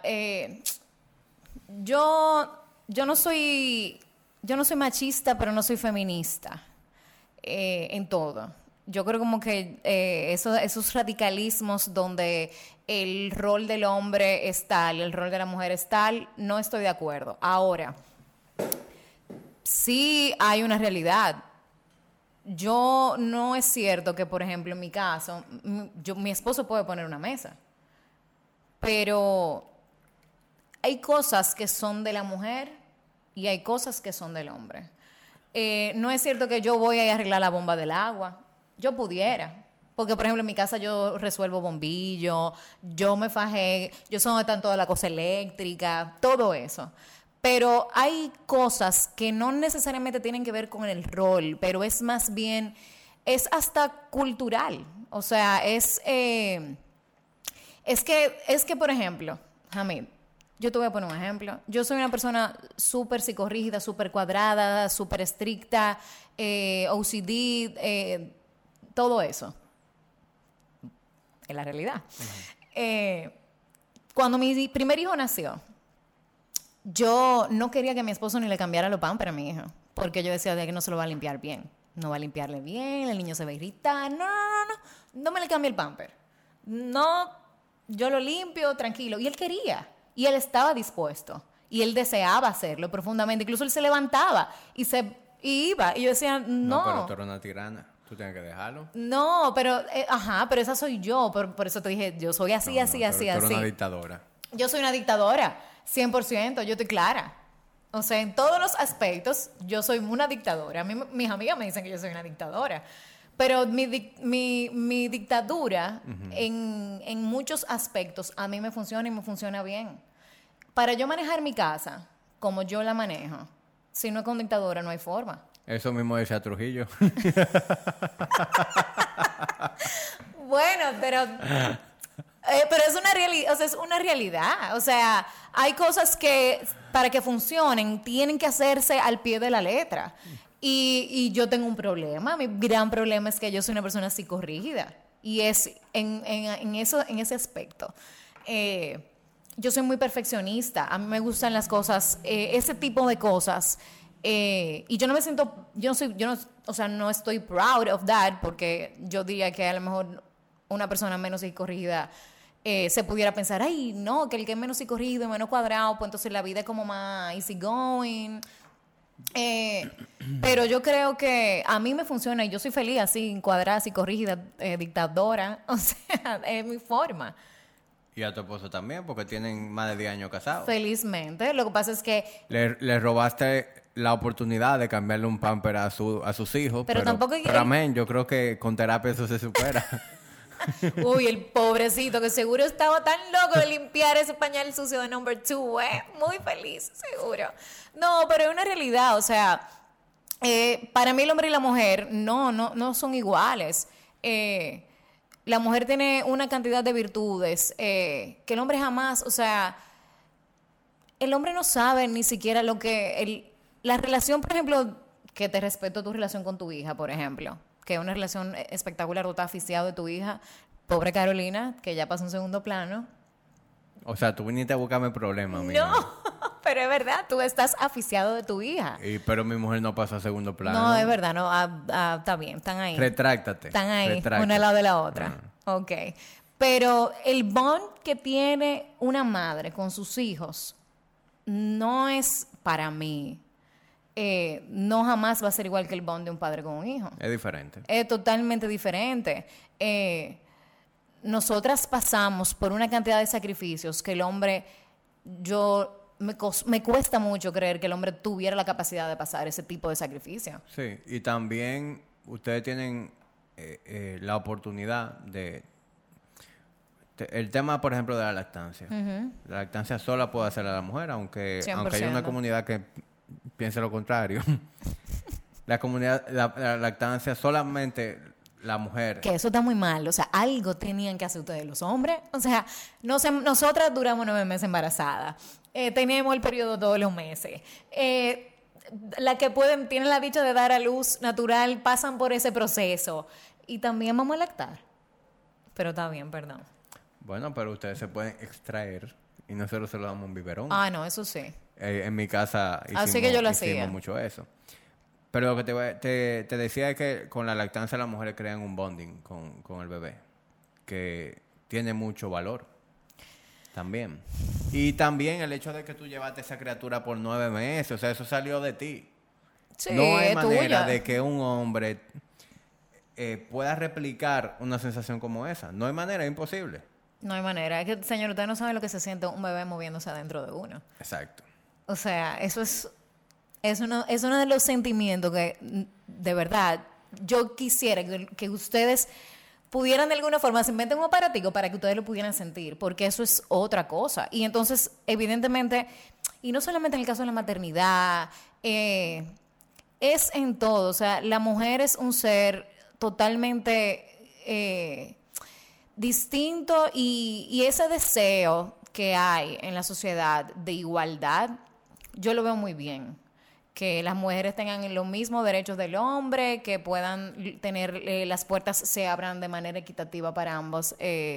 yo no soy machista, pero no soy feminista en todo. Yo creo como que esos radicalismos donde el rol del hombre es tal, el rol de la mujer es tal, no estoy de acuerdo. Ahora, sí hay una realidad. Yo no es cierto que, por ejemplo, en mi caso, mi esposo puede poner una mesa, pero hay cosas que son de la mujer y hay cosas que son del hombre. No es cierto que yo voy a arreglar la bomba del agua. Yo pudiera. Porque, por ejemplo, en mi casa yo resuelvo bombillo, yo me fajé, yo sé dónde están toda la cosa eléctrica, todo eso. Pero hay cosas que no necesariamente tienen que ver con el rol, pero es más bien, es hasta cultural. O sea, es que, por ejemplo, Hamid, yo te voy a poner un ejemplo. Yo soy una persona súper psicorrígida, súper cuadrada, súper estricta, OCD, todo eso. Es la realidad. Cuando mi primer hijo nació, yo no quería que mi esposo ni le cambiara los pampers a mi hijo, porque yo decía de que no se lo va a limpiar bien. No va a limpiarle bien, el niño se va a irritar. No me le cambie el pamper. No, yo lo limpio, tranquilo. Y él quería, y él estaba dispuesto, y él deseaba hacerlo profundamente. Incluso él se levantaba y iba, y yo decía, no. Pero tú eres una tirana. Tú tienes que dejarlo. No, pero esa soy yo. Por eso te dije, yo soy así. Tú eres una dictadora. Yo soy una dictadora, 100%, yo estoy clara. O sea, en todos los aspectos, yo soy una dictadora. A mí, mis amigas me dicen que yo soy una dictadora. Pero mi dictadura, en muchos aspectos, a mí me funciona y me funciona bien. Para yo manejar mi casa, como yo la manejo, si no es con dictadura, no hay forma. Eso mismo decía Trujillo. Bueno, pero es una realidad, o sea, es una realidad. O sea, hay cosas que para que funcionen tienen que hacerse al pie de la letra. Y yo tengo un problema. Mi gran problema es que yo soy una persona psicorrígida. Y es en ese aspecto. Yo soy muy perfeccionista. A mí me gustan las cosas, ese tipo de cosas. Y yo no me siento, o sea, no estoy proud of that, porque yo diría que a lo mejor una persona menos psicorrígida se pudiera pensar, ay, no, que el que es menos psicorrígido, menos cuadrado, pues entonces la vida es como más easy going. Pero yo creo que a mí me funciona y yo soy feliz así, cuadrada, psicorrígida, dictadora. O sea, es mi forma. Y a tu esposo también, porque tienen más de 10 años casados. Felizmente. Lo que pasa es que... Le robaste la oportunidad de cambiarle un pamper a sus hijos. Pero tampoco... Pero amén, yo creo que con terapia eso se supera. Uy, el pobrecito que seguro estaba tan loco de limpiar ese pañal sucio de number 2, muy feliz, seguro. No, pero es una realidad, o sea, para mí el hombre y la mujer no son iguales. La mujer tiene una cantidad de virtudes que el hombre jamás, o sea, el hombre no sabe ni siquiera lo que... la relación, por ejemplo, que te respeto tu relación con tu hija, por ejemplo, que es una relación espectacular, tú estás aficiado de tu hija, pobre Carolina, que ya pasó un segundo plano. O sea, tú viniste a buscarme problemas, mira. No, pero es verdad, tú estás aficiado de tu hija. Pero mi mujer no pasa a segundo plano. No, es verdad, no, está bien, están ahí. Retráctate. Están ahí, una al lado de la otra. Ok. Pero el bond que tiene una madre con sus hijos no es para mí... no jamás va a ser igual que el bond de un padre con un hijo. Es diferente. Es totalmente diferente. Nosotras pasamos por una cantidad de sacrificios que el hombre, me cuesta mucho creer que el hombre tuviera la capacidad de pasar ese tipo de sacrificio. Sí, y también ustedes tienen la oportunidad el tema, por ejemplo, de la lactancia. Uh-huh. La lactancia sola puede hacerla la mujer, aunque hay una comunidad que piensa lo contrario. La lactancia solamente la mujer. Que eso está muy mal. O sea, algo tenían que hacer ustedes los hombres. O sea, nosotras duramos 9 meses embarazadas. Tenemos el periodo todos los meses. La que tienen la dicha de dar a luz natural, pasan por ese proceso. Y también vamos a lactar. Pero está bien, perdón. Bueno, pero ustedes se pueden extraer y nosotros se lo damos un biberón. Ah, no, eso sí. En mi casa hicimos mucho eso. Pero lo que te decía es que con la lactancia las mujeres crean un bonding con el bebé que tiene mucho valor también. Y también el hecho de que tú llevaste esa criatura por 9 meses, o sea, eso salió de ti. Sí, no hay manera tuya de que un hombre pueda replicar una sensación como esa. No hay manera, es imposible. No hay manera. Es que, señor, usted no sabe lo que se siente un bebé moviéndose adentro de uno. Exacto. O sea, eso es uno de los sentimientos que, de verdad, yo quisiera que ustedes pudieran de alguna forma, se inventen un aparatico para que ustedes lo pudieran sentir, porque eso es otra cosa. Y entonces, evidentemente, y no solamente en el caso de la maternidad, es en todo. O sea, la mujer es un ser totalmente distinto y ese deseo que hay en la sociedad de igualdad, yo lo veo muy bien. Que las mujeres tengan los mismos derechos del hombre, que puedan tener, las puertas se abran de manera equitativa para ambas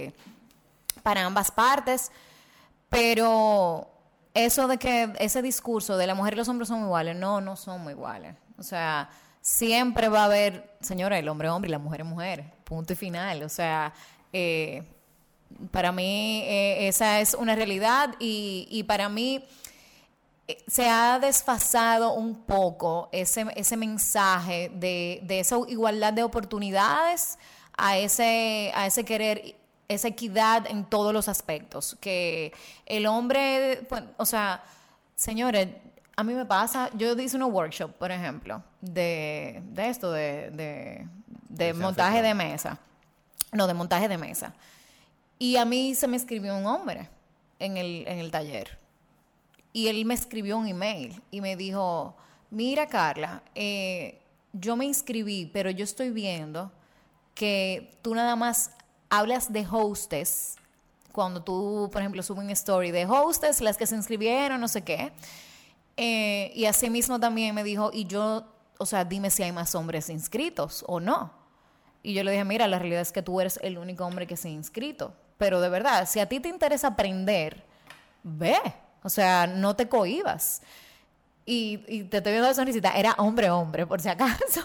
partes. Pero eso de que ese discurso de la mujer y los hombres son iguales, no son muy iguales. O sea, siempre va a haber, señora, el hombre es hombre y la mujer es mujer. Punto y final. O sea, para mí esa es una realidad y para mí se ha desfasado un poco ese mensaje de esa igualdad de oportunidades a ese querer, esa equidad en todos los aspectos. Que el hombre, pues, o sea, señores, a mí me pasa, yo hice unos workshops, por ejemplo, de esto, de montaje de mesa. No, de montaje de mesa. Y a mí se me escribió un hombre en el taller. Y él me escribió un email y me dijo, mira, Carla, yo me inscribí, pero yo estoy viendo que tú nada más hablas de hostess cuando tú, por ejemplo, subes un story de hostess, las que se inscribieron, no sé qué. Y así mismo también me dijo, y yo, o sea, dime si hay más hombres inscritos o no. Y yo le dije, mira, la realidad es que tú eres el único hombre que se ha inscrito. Pero de verdad, si a ti te interesa aprender, ve. O sea, no te cohibas. y te estoy viendo la sonrisita, era hombre, por si acaso.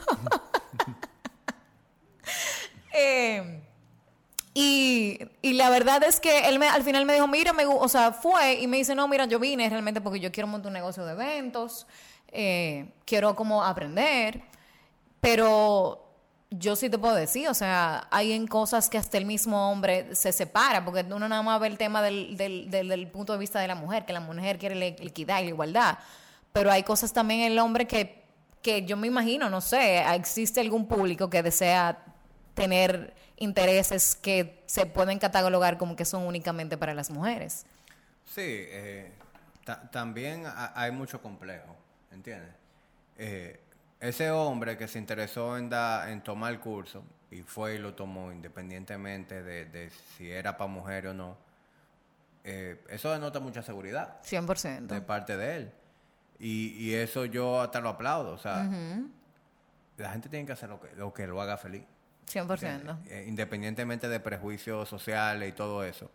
Y la verdad es que él al final me dijo, mira, o sea, fue y me dice, no, mira, yo vine realmente porque yo quiero montar un negocio de eventos, quiero como aprender, pero yo sí te puedo decir, o sea, hay en cosas que hasta el mismo hombre se separa, porque uno nada más ve el tema del punto de vista de la mujer, que la mujer quiere la equidad y la igualdad, pero hay cosas también en el hombre que yo me imagino, no sé, existe algún público que desea tener intereses que se pueden catalogar como que son únicamente para las mujeres. Sí, también hay mucho complejo, ¿entiendes? Ese hombre que se interesó en tomar el curso y fue y lo tomó independientemente de si era para mujer o no, eso denota mucha seguridad 100%. de parte de él. Y eso yo hasta lo aplaudo. O sea, la gente tiene que hacer lo que lo haga feliz. 100%. Independientemente de prejuicios sociales y todo eso.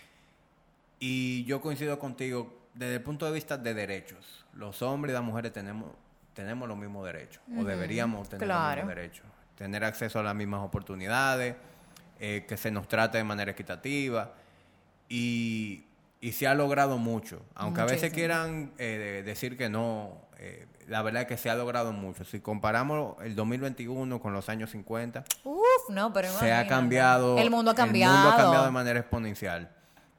Y yo coincido contigo desde el punto de vista de derechos. Los hombres y las mujeres tenemos los mismos derechos. O deberíamos tener los mismos derechos. Tener acceso a las mismas oportunidades, que se nos trate de manera equitativa. Y se ha logrado mucho. Aunque muchísimo. A veces quieran decir que no, la verdad es que se ha logrado mucho. Si comparamos el 2021 con los años 50, no, pero se ha cambiado. El mundo ha cambiado. El mundo ha cambiado de manera exponencial.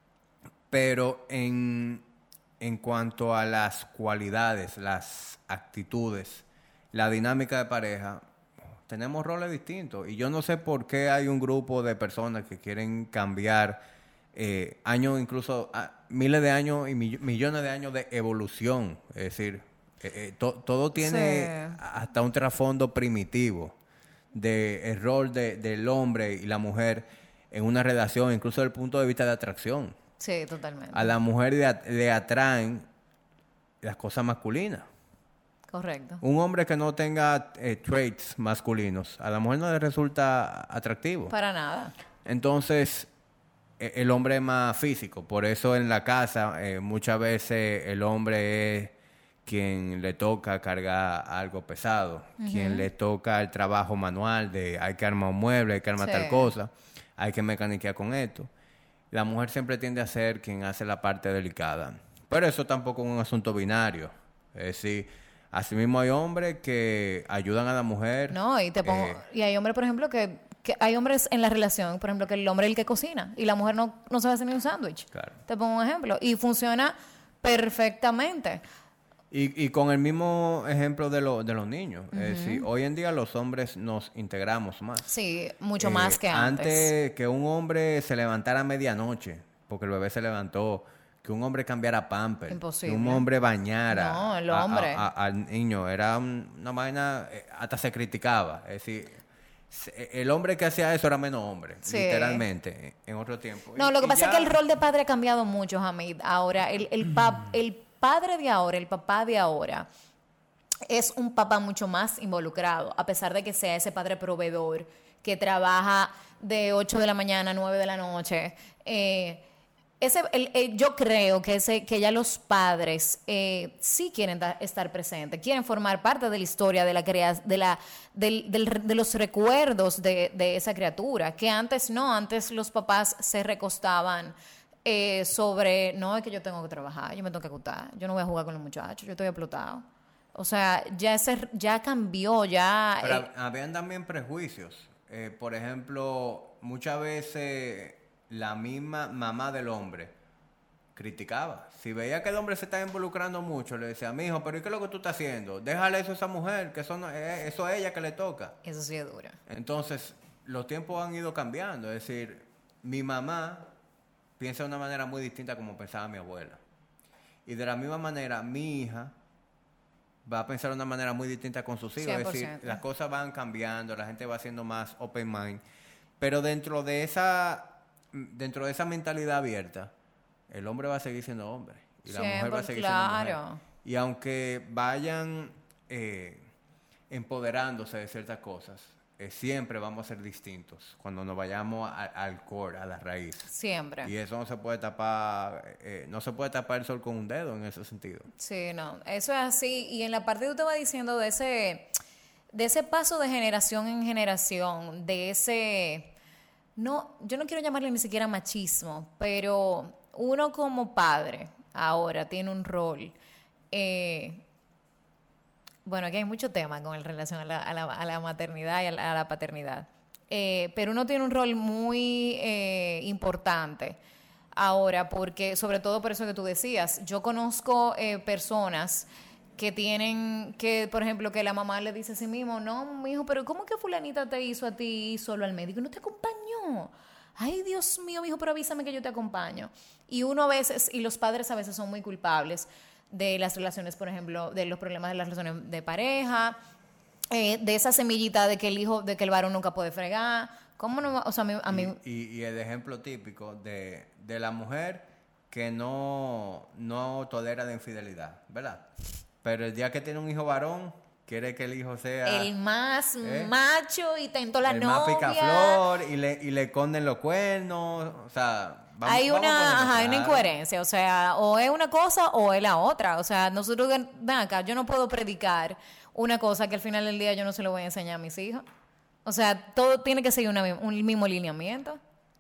Pero en cuanto a las cualidades, las actitudes, la dinámica de pareja, tenemos roles distintos. Y yo no sé por qué hay un grupo de personas que quieren cambiar años, incluso miles de años y millones de años de evolución. Es decir, todo tiene hasta un trasfondo primitivo del rol del hombre y la mujer en una relación, incluso desde el punto de vista de atracción. Sí, totalmente. A la mujer le atraen las cosas masculinas. Correcto. Un hombre que no tenga traits masculinos, a la mujer no le resulta atractivo. Para nada. Entonces, el hombre es más físico. Por eso en la casa muchas veces el hombre es quien le toca cargar algo pesado, quien le toca el trabajo manual de hay que armar un mueble, hay que armar tal cosa, hay que mecaniquear con esto. La mujer siempre tiende a ser quien hace la parte delicada. Pero eso tampoco es un asunto binario. Es decir, asimismo hay hombres que ayudan a la mujer. No, y y hay hombres, por ejemplo, que hay hombres en la relación, por ejemplo, que el hombre es el que cocina y la mujer no sabe hacer ni un sándwich. Claro. Te pongo un ejemplo. Y funciona perfectamente. Y con el mismo ejemplo de los niños. Es decir, hoy en día los hombres nos integramos más. Sí, mucho más que antes. Antes que un hombre se levantara a medianoche, porque el bebé se levantó, que un hombre cambiara pampers, imposible. Que un hombre bañara no, el hombre. al niño. Era una vaina, hasta se criticaba. Es decir, el hombre que hacía eso era menos hombre, literalmente, en otro tiempo. No, lo que pasa es que el rol de padre ha cambiado mucho, Hamid. Ahora, el padre de ahora, el papá de ahora, es un papá mucho más involucrado, a pesar de que sea ese padre proveedor que trabaja de 8 de la mañana a 9 de la noche. Yo creo que ya los padres sí quieren estar presentes, quieren formar parte de la historia de los recuerdos de esa criatura, que antes no, antes los papás se recostaban sobre, no, es que yo tengo que trabajar, yo me tengo que acostar, yo no voy a jugar con los muchachos, yo estoy explotado. O sea, ya cambió, ya... Pero habían también prejuicios. Por ejemplo, muchas veces la misma mamá del hombre criticaba. Si veía que el hombre se estaba involucrando mucho, le decía, mijo, pero ¿y qué es lo que tú estás haciendo? Déjale eso a esa mujer, que eso es a ella que le toca. Eso sí es duro. Entonces, los tiempos han ido cambiando. Es decir, mi mamá piensa de una manera muy distinta como pensaba mi abuela. Y de la misma manera, mi hija va a pensar de una manera muy distinta con sus hijos. 100%. Es decir, las cosas van cambiando, la gente va siendo más open mind. Pero dentro de esa mentalidad abierta, el hombre va a seguir siendo hombre. Y la mujer va a seguir siendo mujer. Y aunque vayan empoderándose de ciertas cosas, siempre vamos a ser distintos cuando nos vayamos al core, a la raíz. Siempre. Y eso no se puede tapar, no se puede tapar el sol con un dedo en ese sentido. Sí, no, eso es así. Y en la parte que usted va diciendo de ese paso de generación en generación, de ese, no, yo no quiero llamarle ni siquiera machismo, pero uno como padre ahora tiene un rol. Bueno, aquí hay mucho tema con relación a la maternidad y a la paternidad. Pero uno tiene un rol muy importante ahora, porque sobre todo por eso que tú decías, yo conozco personas que tienen, que por ejemplo, que la mamá le dice a sí mismo, no, mijo, pero ¿cómo que fulanita te hizo a ti solo al médico? ¿No te acompañó? Ay, Dios mío, mijo, pero avísame que yo te acompaño. Y uno a veces, y los padres a veces son muy culpables de las relaciones, por ejemplo, de los problemas de las relaciones de pareja, de esa semillita de que el varón nunca puede fregar. ¿Cómo no? O sea, a mí... Y el ejemplo típico de la mujer que no tolera la infidelidad, ¿verdad? Pero el día que tiene un hijo varón, quiere que el hijo sea... el más macho y tentó la novia. El más picaflor y le esconden los cuernos, o sea... Hay una incoherencia, o sea, o es una cosa o es la otra. O sea, nosotros, ven acá, yo no puedo predicar una cosa que al final del día yo no se lo voy a enseñar a mis hijos. O sea, todo tiene que seguir un mismo lineamiento.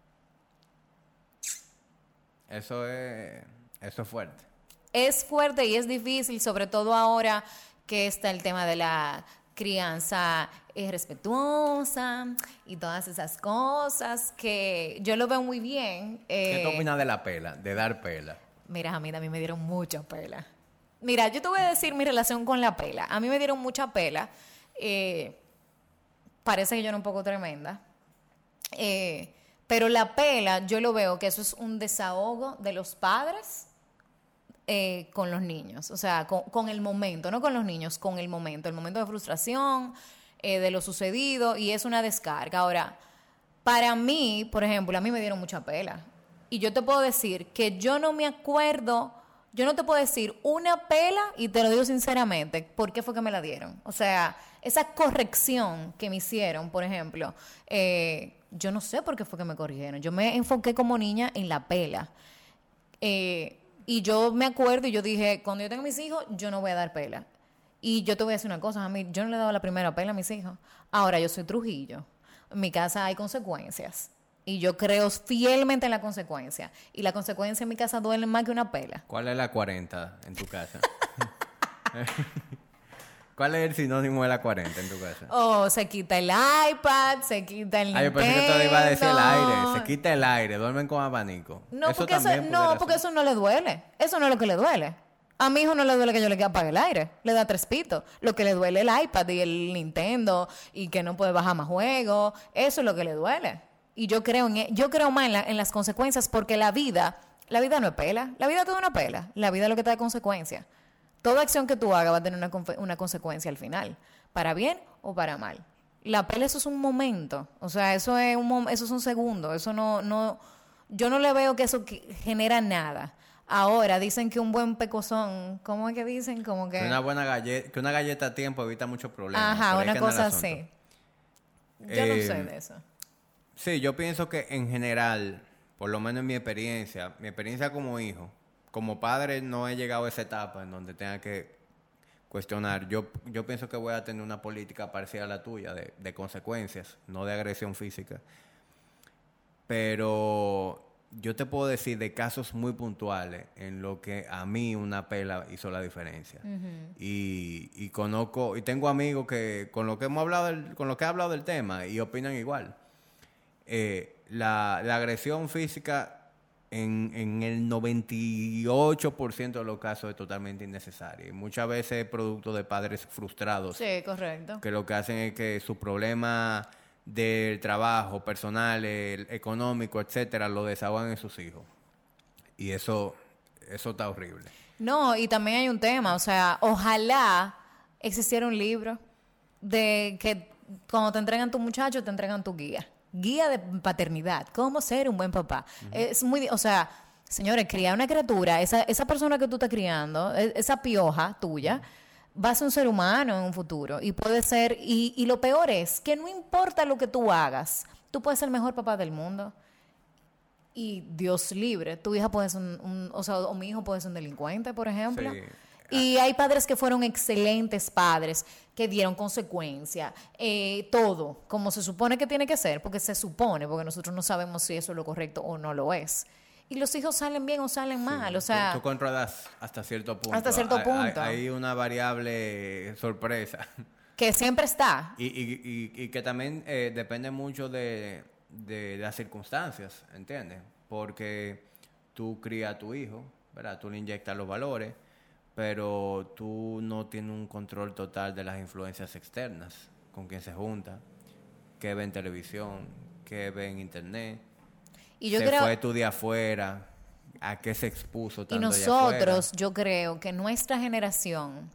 Eso es fuerte. Es fuerte y es difícil, sobre todo ahora que está el tema de la crianza respetuosa y todas esas cosas que yo lo veo muy bien. ¿Qué tú opinas de la pela, de dar pela? Mira, a mí me dieron mucha pela. Mira, yo te voy a decir mi relación con la pela. A mí me dieron mucha pela. Parece que yo era un poco tremenda. Pero la pela, yo lo veo que eso es un desahogo de los padres con los niños. O sea, con el momento, no con los niños, con el momento de frustración, de lo sucedido, y es una descarga. Ahora, para mí, por ejemplo, a mí me dieron mucha pela. Y yo te puedo decir que yo no me acuerdo, yo no te puedo decir una pela, y te lo digo sinceramente, ¿por qué fue que me la dieron? O sea, esa corrección que me hicieron, por ejemplo, yo no sé por qué fue que me corrigieron. Yo me enfoqué como niña en la pela. Y yo me acuerdo y yo dije, cuando yo tenga mis hijos, yo no voy a dar pela. Y yo te voy a decir una cosa, a mí, yo no le he dado la primera pela a mis hijos. Ahora, yo soy Trujillo. En mi casa hay consecuencias. Y yo creo fielmente en la consecuencia. Y la consecuencia en mi casa duele más que una pela. ¿Cuál es la 40 en tu casa? ¿Cuál es el sinónimo de la 40 en tu casa? Oh, se quita el iPad, se quita el Nintendo. Yo pensé que te iba a decir el aire. Se quita el aire, duermen con abanico. No, porque eso no le duele. Eso no es lo que le duele. A mi hijo no le duele que yo le apague el aire. Le da 3 pitos. Lo que le duele es el iPad y el Nintendo y que no puede bajar más juegos. Eso es lo que le duele. Y yo creo más en las consecuencias, porque la vida no es pela. La vida todo una pela. La vida es lo que te da consecuencias. Toda acción que tú hagas va a tener una consecuencia al final, para bien o para mal. La pela, eso es un momento, o sea, eso es un segundo, eso no, yo no le veo que eso genera nada. Ahora dicen que un buen pecozón, ¿cómo es que dicen? Como que una buena galleta, que una galleta a tiempo evita muchos problemas. Ajá, una cosa así. Yo no sé de eso. Sí, yo pienso que en general, por lo menos en mi experiencia como hijo, como padre no he llegado a esa etapa en donde tenga que cuestionar. Yo pienso que voy a tener una política parecida a la tuya de consecuencias, no de agresión física. Pero yo te puedo decir de casos muy puntuales en lo que a mí una pela hizo la diferencia. Uh-huh. Y conozco, y tengo amigos que con lo que hemos hablado con lo que he hablado del tema y opinan igual. La agresión física en el 98% de los casos es totalmente innecesaria. Y muchas veces es producto de padres frustrados. Sí, correcto. Que lo que hacen es que su problema del trabajo personal, económico, etcétera, lo desahogan en sus hijos. Y eso está horrible. No, y también hay un tema, o sea, ojalá existiera un libro de que cuando te entregan tu muchacho, te entregan tu guía de paternidad, cómo ser un buen papá. Uh-huh. Es muy, o sea, señores, criar una criatura, esa persona que tú estás criando, esa pioja tuya, va a ser un ser humano en un futuro y puede ser, y lo peor es que no importa lo que tú hagas, tú puedes ser el mejor papá del mundo y Dios libre, tu hija puede ser o mi hijo puede ser un delincuente, por ejemplo. Sí. Y hay padres que fueron excelentes padres, que dieron consecuencia, todo, como se supone que tiene que ser, porque se supone, porque nosotros no sabemos si eso es lo correcto o no lo es. Y los hijos salen bien o salen mal, o sea... Tú controlas hasta cierto punto. Hasta cierto punto. Hay una variable sorpresa. Que siempre está. Y que también depende mucho de las circunstancias, ¿entiendes? Porque tú crías a tu hijo, ¿verdad? Tú le inyectas los valores, pero tú no tienes un control total de las influencias externas, con quién se junta, qué ve en televisión, qué ve en internet. Y yo se creo, fue a estudiar afuera, a qué se expuso y tanto allá nosotros, afuera. yo creo que nuestra generación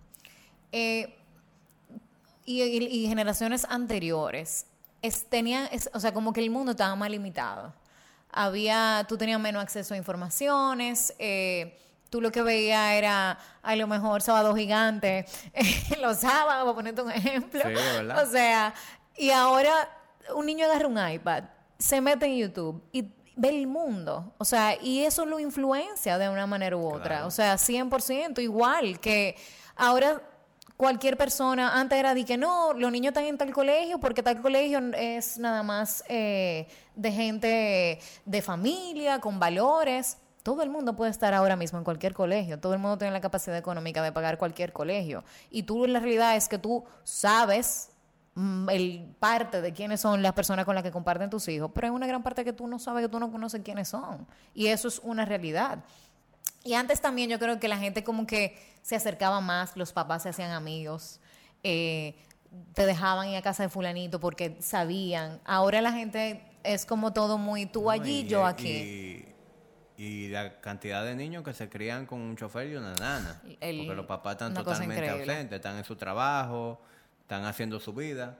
y generaciones anteriores o sea, como que el mundo estaba más limitado. Tú tenías menos acceso a informaciones, tú lo que veías era a lo mejor Sábado Gigante, los sábados, para ponerte un ejemplo. Sí, ¿verdad? O sea, y ahora un niño agarra un iPad, se mete en YouTube y ve el mundo. O sea, y eso lo influencia de una manera u otra. Claro. O sea, 100% igual que ahora cualquier persona, antes era de que no, los niños están en tal colegio porque tal colegio es nada más de gente de familia, con valores. Todo el mundo puede estar ahora mismo en cualquier colegio. Todo el mundo tiene la capacidad económica de pagar cualquier colegio. Y tú, la realidad es que tú sabes el parte de quiénes son las personas con las que comparten tus hijos, pero hay una gran parte que tú no sabes, que tú no conoces quiénes son. Y eso es una realidad. Y antes también yo creo que la gente como que se acercaba más, los papás se hacían amigos, te dejaban ir a casa de fulanito porque sabían. Ahora la gente es como todo muy tú allí, yo aquí. Y la cantidad de niños que se crían con un chofer y una nana. Porque los papás están una cosa totalmente increíble. ausentes, están en su trabajo, están haciendo su vida.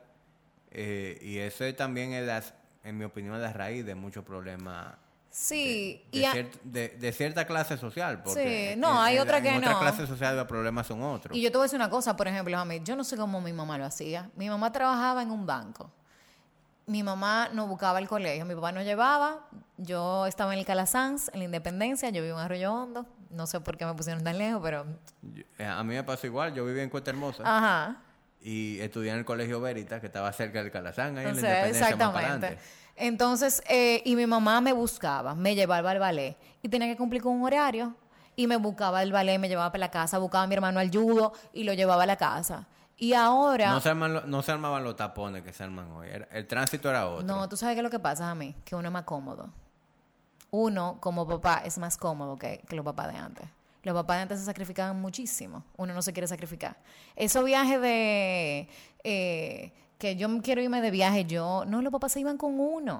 Y eso también es, en mi opinión, la raíz de muchos problemas. Sí, De cierta clase social. Porque sí, no, hay otra que en otra no. clase social los problemas son otros. Y yo te voy a decir una cosa, por ejemplo, a mí, yo no sé cómo mi mamá lo hacía. Mi mamá trabajaba en un banco. Mi mamá nos buscaba el colegio, mi papá nos llevaba. Yo estaba en el Calasanz, en la Independencia, yo vivía en Arroyo Hondo. No sé por qué me pusieron tan lejos, pero... A mí me pasó igual, yo vivía en Cuesta Hermosa. Ajá. Y estudié en el Colegio Veritas, que estaba cerca del Calazán, ahí O en la sea, Independencia, más para exactamente. adelante. Entonces, y mi mamá me buscaba, me llevaba al ballet y tenía que cumplir con un horario y me buscaba el ballet, me llevaba para la casa, buscaba a mi hermano al judo y lo llevaba a la casa. Y ahora... No se armaban los tapones que se arman hoy. El tránsito era otro. No, tú sabes qué es lo que pasa a mí, que uno es más cómodo. Uno, como papá, es más cómodo que los papás de antes. Los papás de antes se sacrificaban muchísimo. Uno no se quiere sacrificar. Esos viajes de... que yo quiero irme de viaje, no, los papás se iban con uno.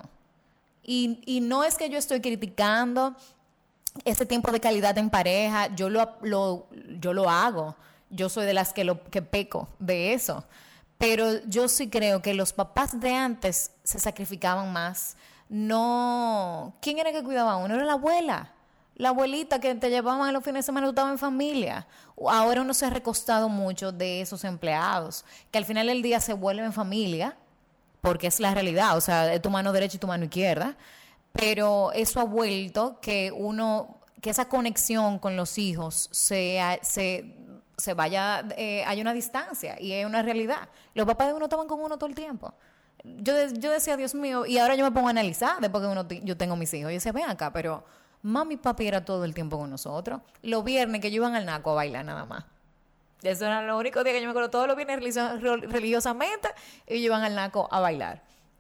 Y no es que yo estoy criticando ese tiempo de calidad en pareja, yo lo hago. Yo soy de las que peco de eso. Pero yo sí creo que los papás de antes se sacrificaban más. No... ¿Quién era que cuidaba a uno? Era la abuela. La abuelita que te llevaban a los fines de semana, tú estabas en familia. Ahora uno se ha recostado mucho de esos empleados, que al final del día se vuelven familia, porque es la realidad, o sea, es tu mano derecha y tu mano izquierda, pero eso ha vuelto que esa conexión con los hijos se vaya, hay una distancia y es una realidad. Los papás de uno estaban con uno todo el tiempo. Yo decía, Dios mío, y ahora yo me pongo a analizar después que yo tengo mis hijos. Yo decía, ven acá, pero mami y papi era todo el tiempo con nosotros. Los viernes que yo iban al Naco a bailar nada más. Eso era lo único día que yo me acuerdo, todos los viernes religiosamente, y iban al Naco a bailar.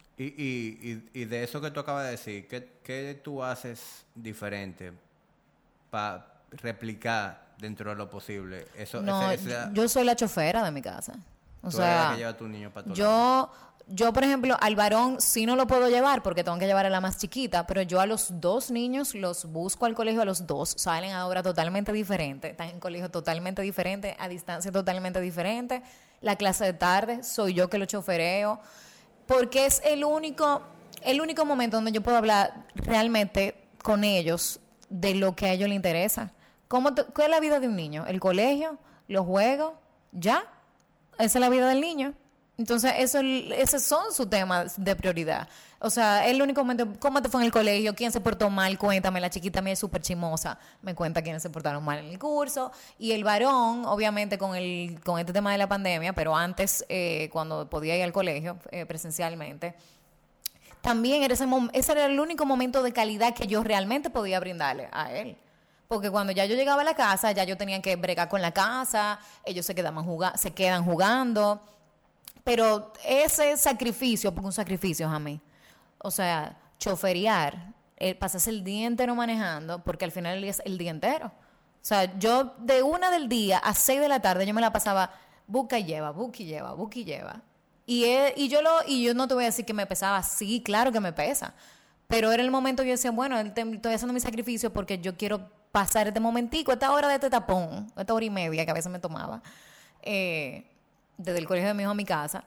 Y de eso que tú acabas de decir, ¿qué tú haces diferente para replicar dentro de lo posible? Yo soy la chofera de mi casa. O tú sea, eres la que lleva a tu niño para todos lados. Yo, por ejemplo, al varón sí no lo puedo llevar porque tengo que llevar a la más chiquita, pero yo a los dos niños los busco al colegio, a los dos salen a hora totalmente diferente, están en colegio totalmente diferente, a distancia totalmente diferente. La clase de tarde soy yo que lo chofereo, porque es el único momento donde yo puedo hablar realmente con ellos de lo que a ellos les interesa. ¿Qué es la vida de un niño? El colegio, los juegos, Ya, esa es la vida del niño. Entonces, esos son sus temas de prioridad. O sea, el único momento, ¿cómo te fue en el colegio? ¿Quién se portó mal? Cuéntame, la chiquita mía es súper chimosa. Me cuenta quiénes se portaron mal en el curso. Y el varón, obviamente, con este tema de la pandemia, pero antes, cuando podía ir al colegio presencialmente, también ese era el único momento de calidad que yo realmente podía brindarle a él. Porque cuando ya yo llegaba a la casa, ya yo tenía que bregar con la casa, ellos se quedan jugando. Pero ese sacrificio, porque un sacrificio es a mí. O sea, choferear, pasarse el día entero manejando, porque al final es el día entero. O sea, yo de 1 del día a 6 de la tarde yo me la pasaba busca y lleva, busca y lleva, busca y lleva. Y yo no te voy a decir que me pesaba, sí, claro que me pesa. Pero era el momento que yo decía, bueno, estoy haciendo mi sacrificio porque yo quiero pasar este momentico, esta hora de este tapón, esta hora y media que a veces me tomaba. Desde el colegio de mi hijo a mi casa,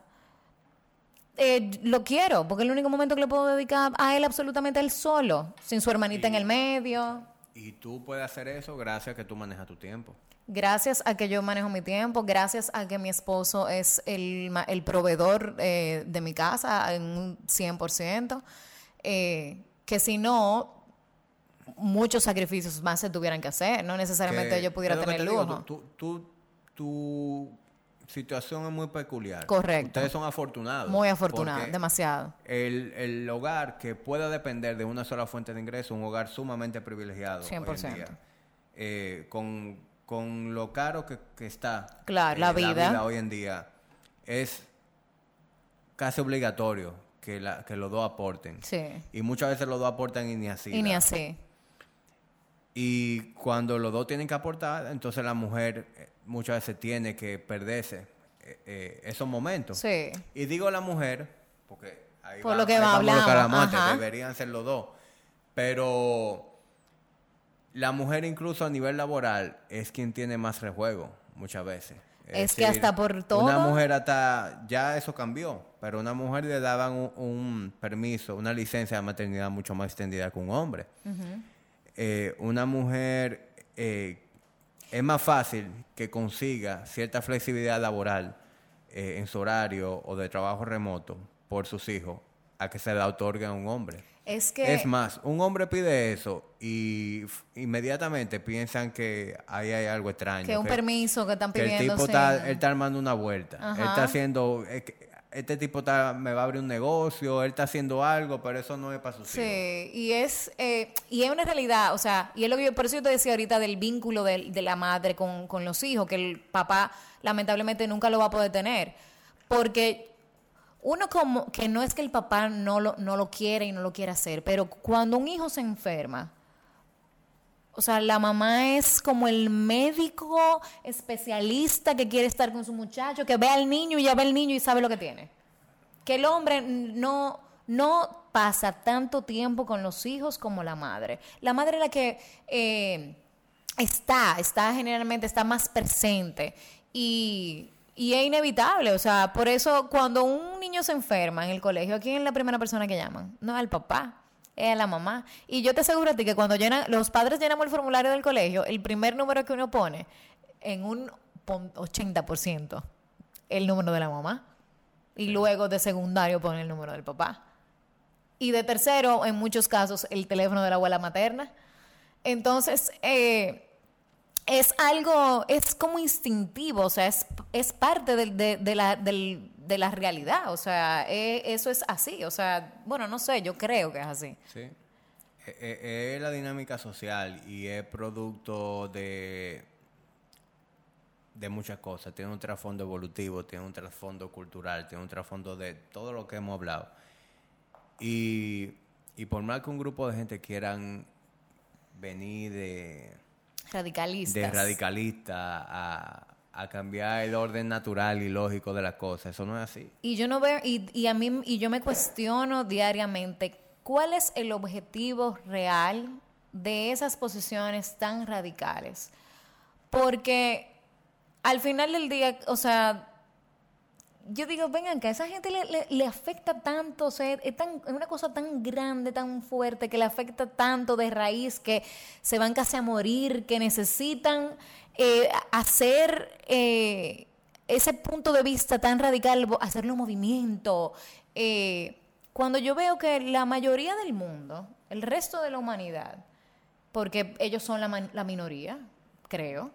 lo quiero, porque es el único momento que le puedo dedicar a él absolutamente él solo, sin su hermanita en el medio. Y tú puedes hacer eso gracias a que tú manejas tu tiempo. Gracias a que yo manejo mi tiempo, gracias a que mi esposo es el proveedor de mi casa en un 100%, que si no, muchos sacrificios más se tuvieran que hacer, no necesariamente yo pudiera tener lujo. Tu situación es muy peculiar. Correcto. Ustedes son afortunados. Muy afortunados, demasiado. El hogar que pueda depender de una sola fuente de ingreso, un hogar sumamente privilegiado 100%. hoy en día. Con lo caro que está claro, la vida hoy en día, es casi obligatorio que los dos aporten. Sí. Y muchas veces los dos aportan y ni así. Y ni así. Y cuando los dos tienen que aportar, entonces la mujer muchas veces tiene que perderse esos momentos. Sí. Y digo la mujer, porque ahí por lo que hablamos, deberían ser los dos. Pero la mujer incluso a nivel laboral es quien tiene más rejuego muchas veces. Es que hasta por todo. Una mujer ya eso cambió, pero una mujer le daban un permiso, una licencia de maternidad mucho más extendida que un hombre. Una mujer es más fácil que consiga cierta flexibilidad laboral en su horario o de trabajo remoto por sus hijos a que se la otorgue a un hombre. Es más, un hombre pide eso y inmediatamente piensan que ahí hay algo extraño. Que un permiso que están pidiendo. Que el tipo está armando una vuelta. Ajá. Él está haciendo... Este tipo me va a abrir un negocio, él está haciendo algo, pero eso no es para sus hijos. Sí, y es una realidad, o sea, y es lo que por eso yo te decía ahorita del vínculo de la madre con los hijos, que el papá lamentablemente nunca lo va a poder tener. Porque uno como que no es que el papá no lo quiere y no lo quiere hacer, pero cuando un hijo se enferma, o sea, la mamá es como el médico especialista que quiere estar con su muchacho, que ve al niño y ya ve al niño y sabe lo que tiene. Que el hombre no pasa tanto tiempo con los hijos como la madre. La madre es la que generalmente está más presente y es inevitable. O sea, por eso cuando un niño se enferma en el colegio, ¿a quién es la primera persona que llaman? No, al papá. Es a la mamá. Y yo te aseguro a ti que cuando los padres llenamos el formulario del colegio, el primer número que uno pone, en un 80%, el número de la mamá. Y luego de secundario pone el número del papá. Y de tercero, en muchos casos, el teléfono de la abuela materna. Entonces, es como instintivo, o sea, es parte de la realidad, o sea, eso es así, o sea, bueno, no sé, yo creo que es así. Sí, es la dinámica social y es producto de muchas cosas, tiene un trasfondo evolutivo, tiene un trasfondo cultural, tiene un trasfondo de todo lo que hemos hablado. Y por más que un grupo de gente quieran venir de radicalista a cambiar el orden natural y lógico de las cosas. Eso no es así. Y yo no veo, y yo me cuestiono diariamente cuál es el objetivo real de esas posiciones tan radicales. Porque al final del día, o sea, yo digo, vengan, que a esa gente le afecta tanto, o sea, es una cosa tan grande, tan fuerte, que le afecta tanto de raíz, que se van casi a morir, que necesitan ese punto de vista tan radical, hacerlo movimiento. Cuando yo veo que la mayoría del mundo, el resto de la humanidad, porque ellos son la minoría, creo,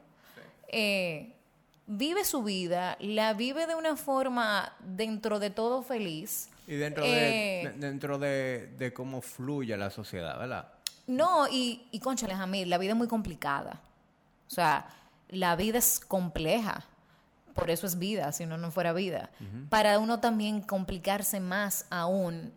vive su vida, la vive de una forma dentro de todo feliz. Y dentro de cómo fluye la sociedad, ¿verdad? No, y cónchale, a mí, la vida es muy complicada. O sea, la vida es compleja. Por eso es vida, si no, no fuera vida. Uh-huh. Para uno también complicarse más aún,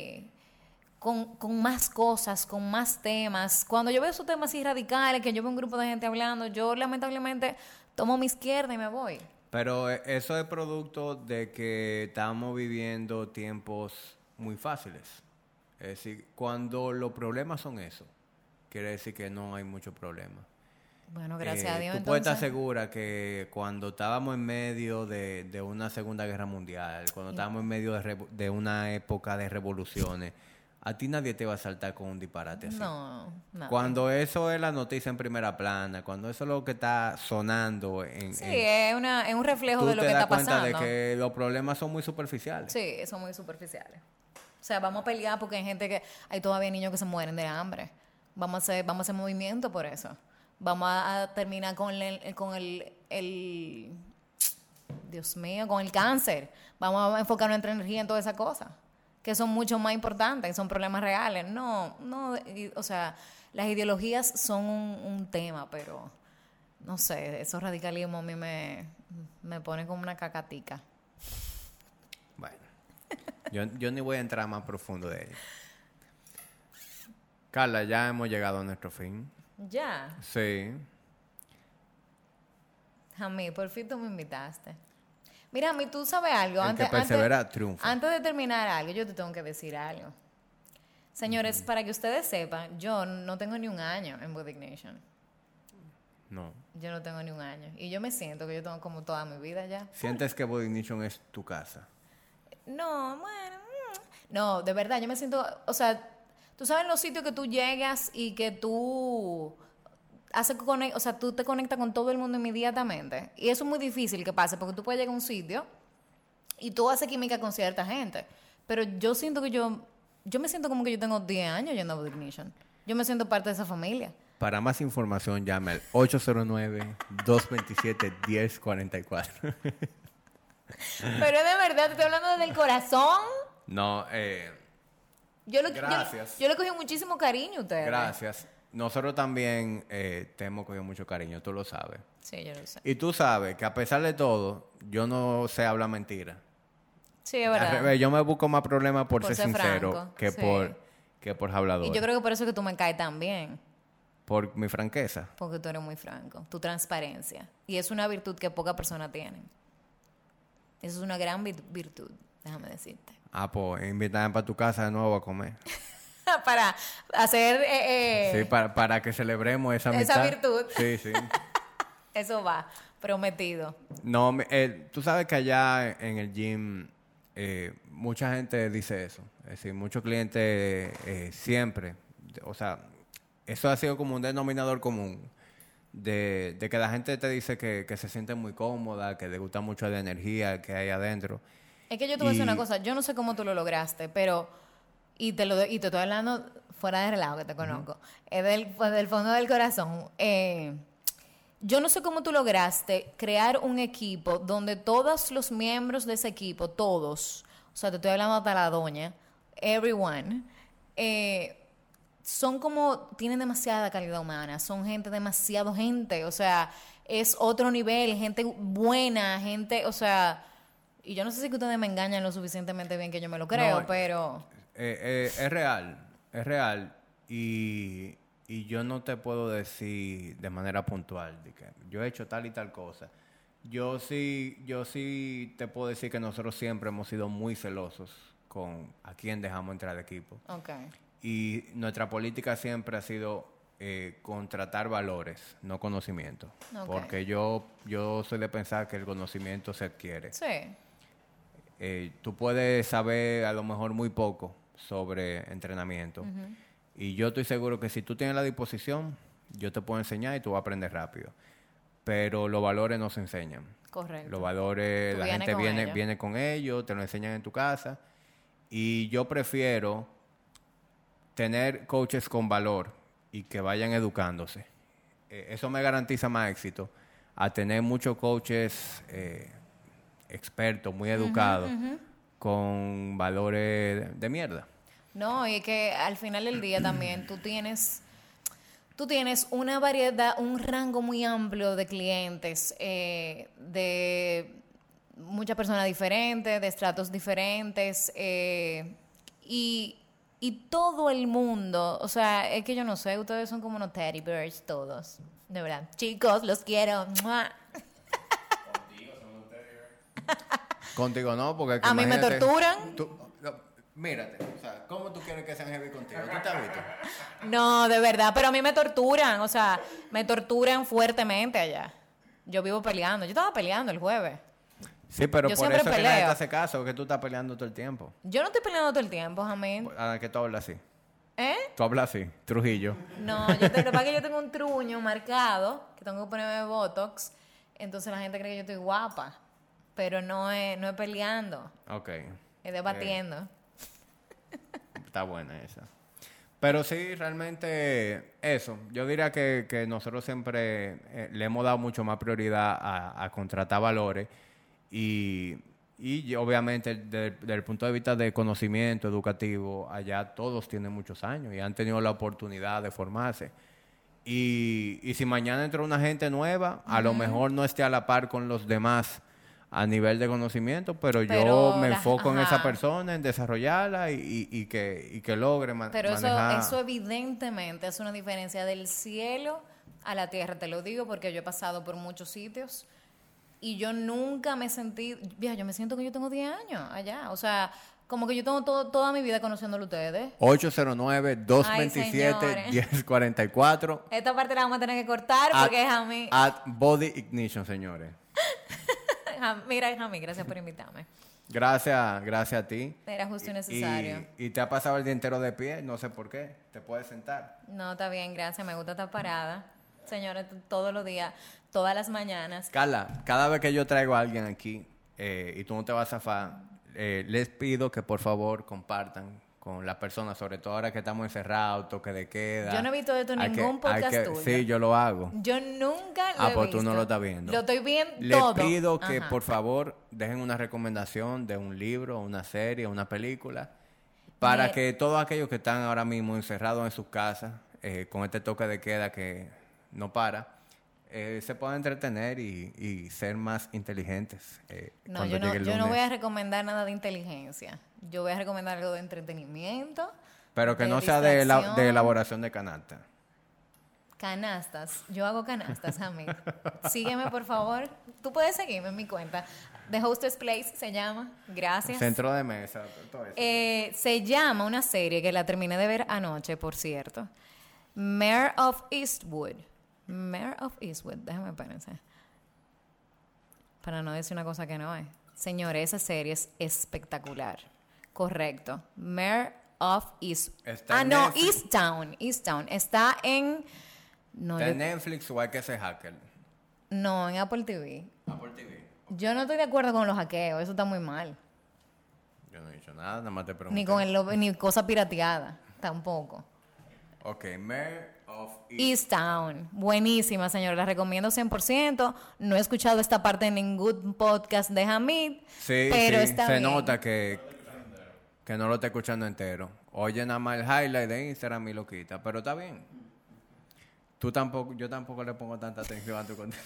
con más cosas, con más temas. Cuando yo veo esos temas así radicales, que yo veo un grupo de gente hablando, yo lamentablemente tomo mi izquierda y me voy. Pero eso es producto de que estamos viviendo tiempos muy fáciles. Es decir, cuando los problemas son eso, quiere decir que no hay mucho problema. Bueno, gracias a Dios. Tú puedes estar segura que cuando estábamos en medio de una Segunda Guerra Mundial, cuando estábamos en medio de una época de revoluciones, a ti nadie te va a saltar con un disparate así. No. Cuando eso es la noticia en primera plana, cuando eso es lo que está sonando es un reflejo de lo que está pasando. Tú te das cuenta de que los problemas son muy superficiales. Sí, son muy superficiales. O sea, vamos a pelear porque hay gente que... Hay todavía niños que se mueren de hambre. Vamos a hacer movimiento por eso. Vamos a terminar con el Dios mío, con el cáncer. Vamos a enfocar nuestra energía en todas esas cosas, que son mucho más importantes, son problemas reales. No, o sea, las ideologías son un tema, pero no sé, esos radicalismos a mí me ponen como una cacatica. Bueno, yo ni voy a entrar más profundo de ello. Carla, ya hemos llegado a nuestro fin. ¿Ya? Sí. A mí, por fin tú me invitaste. Mira, a mí tú sabes algo. El que persevera, triunfa. Antes de terminar algo, yo te tengo que decir algo. Señores, para que ustedes sepan, yo no tengo ni un año en Body Ignition. No. Yo no tengo ni un año. Y yo me siento que yo tengo como toda mi vida ya. ¿Sientes que Body Ignition es tu casa? No, bueno. No, de verdad, yo me siento... O sea, tú sabes los sitios que tú llegas y que tú... tú te conectas con todo el mundo inmediatamente. Y eso es muy difícil que pase, porque tú puedes llegar a un sitio y tú haces química con cierta gente. Pero yo siento que yo me siento como que yo tengo 10 años yendo a Body Ignition. Yo me siento parte de esa familia. Para más información, llame al 809-227-1044. Pero de verdad, te estoy hablando desde el corazón. No, gracias. Yo le cogí muchísimo cariño a ustedes. Gracias. Nosotros también te hemos cogido mucho cariño, tú lo sabes. Sí, yo lo sé. Y tú sabes que a pesar de todo, yo no sé hablar mentira. Sí, es verdad. Al revés, yo me busco más problemas por ser sincero franco, que, sí. por hablador. Y yo creo que por eso es que tú me caes tan bien. Por mi franqueza. Porque tú eres muy franco. Tu transparencia. Y es una virtud que pocas personas tienen. Eso es una gran virtud, déjame decirte. Pues invítame para tu casa de nuevo a comer. Para hacer... sí, para que celebremos esa amistad. Esa virtud. Sí, sí. Eso va, prometido. No, tú sabes que allá en el gym mucha gente dice eso. Es decir, muchos clientes siempre, o sea, eso ha sido como un denominador común de que la gente te dice que se siente muy cómoda, que le gusta mucho la energía que hay adentro. Es que yo te voy a decir una cosa, yo no sé cómo tú lo lograste, pero... Y te estoy hablando fuera de relajo, que te conozco. Es del fondo del corazón. Yo no sé cómo tú lograste crear un equipo donde todos los miembros de ese equipo, todos, o sea, te estoy hablando hasta la doña, everyone, son como, tienen demasiada calidad humana, son demasiado gente, o sea, es otro nivel, gente buena, gente, o sea, y yo no sé si que ustedes me engañan lo suficientemente bien que yo me lo creo, pero... es real y yo no te puedo decir de manera puntual de que yo he hecho tal y tal cosa. Yo sí te puedo decir que nosotros siempre hemos sido muy celosos con a quién dejamos entrar al equipo. Okay. Y nuestra política siempre ha sido contratar valores, no conocimiento. Okay. Porque yo soy de pensar que el conocimiento se adquiere. Sí. Tú puedes saber a lo mejor muy poco sobre entrenamiento. Uh-huh. Y yo estoy seguro que si tú tienes la disposición, yo te puedo enseñar y tú vas a aprender rápido. pero los valores no se enseñan. Correcto. Los valores, Tú la vienes gente con ellos. viene con ellos, te lo enseñan en tu casa. Y yo prefiero tener coaches con valor y que vayan educándose. Eso me garantiza más éxito a tener muchos coaches expertos, muy educados, con valores de mierda. No, y es que al final del día también tú tienes una variedad, un rango muy amplio de clientes, de muchas personas diferentes, de estratos diferentes, y todo el mundo, o sea, es que yo no sé, ustedes son como unos teddy bears todos, de verdad. Chicos, los quiero. ¡Mua! Contigo no, porque es que A mí me imagínate, torturan. Mírate, o sea, ¿cómo tú quieres que sean heavy contigo? ¿Tú te has visto? No, de verdad, pero a mí me torturan, o sea, me torturan fuertemente allá. Yo vivo peleando, yo estaba peleando el jueves. Sí, pero Yo por siempre eso es que nadie te peleo. hace caso, que tú estás peleando todo el tiempo. Yo no estoy peleando todo el tiempo, Jamín. ¿A qué tú hablas así? ¿Eh? Tú hablas así, Trujillo. No, lo que pasa es que yo tengo un truño marcado, que tengo que ponerme Botox, entonces la gente cree que yo estoy guapa, pero no es peleando, Ok. es debatiendo. Está buena esa. Pero sí, realmente eso. Yo diría que nosotros siempre le hemos dado mucho más prioridad a contratar valores y obviamente desde el punto de vista de conocimiento educativo, allá todos tienen muchos años y han tenido la oportunidad de formarse. Y si mañana entra una gente nueva, a lo mejor no esté a la par con los demás a nivel de conocimiento, pero yo me enfoco en esa persona, en desarrollarla y que logre Pero manejar. eso evidentemente es una diferencia del cielo a la tierra, te lo digo porque yo he pasado por muchos sitios y yo nunca me sentí, vieja, yo me siento que yo tengo 10 años allá, o sea, como que yo tengo toda mi vida conociéndolo a ustedes. 809-227-1044. Esta parte la vamos a tener que cortar porque es a mí. At Body Ignition, señores. Mira, Jamie, gracias por invitarme. Gracias a ti. Era justo y necesario. Y te ha pasado el día entero de pie, no sé por qué. Te puedes sentar. No, está bien, gracias. Me gusta estar parada. Señores, todos los días, todas las mañanas. Carla, cada vez que yo traigo a alguien aquí y tú no te vas a zafar, les pido que por favor compartan con las personas, sobre todo ahora que estamos encerrados, toque de queda. Yo no he visto de esto en ningún podcast tuyo. Sí, yo lo hago. Yo nunca lo he pues visto. tú no lo estás viendo. Lo estoy viendo Les todo. pido que Ajá. por favor dejen una recomendación de un libro, una serie, una película, para que todos aquellos que están ahora mismo encerrados en sus casas, con este toque de queda que no para, se puedan entretener y ser más inteligentes. No, cuando yo llegue el no lunes. voy a recomendar nada de inteligencia. Yo voy a recomendar algo de entretenimiento. Pero que de no sea de distracción. elaboración de canasta. Canastas. Yo hago canastas, a mí. Sígueme, por favor. Tú puedes seguirme en mi cuenta. The Hostess Place se llama. Gracias. Centro de mesa, todo eso. Se llama una serie que la terminé de ver anoche, por cierto. Mare of Eastwood. Mare of Eastwood. Déjame pensar. Para no decir una cosa que no es. Señores, esa serie es espectacular. Correcto. Mare of Eastwood. Está en No, Netflix. Easttown. Está en... No, ¿Está en Netflix o hay que ser hacker? no, en Apple TV. Apple TV. Yo no estoy de acuerdo con los hackeos. Eso está muy mal. Yo no he dicho nada, nada más te pregunto. Ni con ni cosa pirateada. Tampoco. Ok, Mare of Easttown. Buenísima, señor. La recomiendo 100%. No he escuchado esta parte en ningún podcast de Hamid. Sí, pero sí, está se bien. nota que no lo está escuchando entero. Oye nada más el highlight de Instagram y lo quita, pero está bien. Yo tampoco le pongo tanta atención a tu contenido.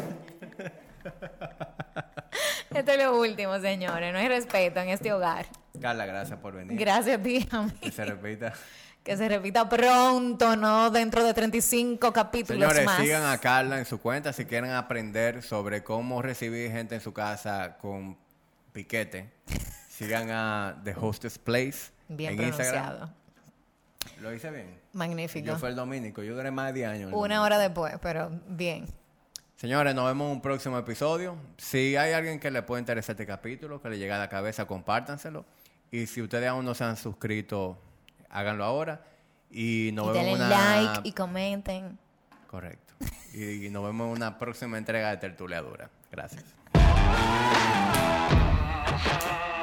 Esto es lo último, señores. No hay respeto en este hogar. Carla, gracias por venir. Gracias a ti, Hamid. Que se repita. Que se repita pronto, ¿no? Dentro de 35 capítulos Señores, más. sigan a Carla en su cuenta si quieren aprender sobre cómo recibir gente en su casa con piquete. Sigan a The Hostess Place Bien en pronunciado. Instagram. ¿Lo hice bien? Magnífico. Yo fui el dominico. Yo duré más de 10 años. en el Una hora después, pero bien. Señores, nos vemos en un próximo episodio. Si hay alguien que le puede interesar este capítulo, que le llegue a la cabeza, compártanselo. Y si ustedes aún no se han suscrito, háganlo ahora. Y nos Y vemos denle en una... like y comenten. Correcto. Y nos vemos en una próxima entrega de Tertuliadura. Gracias.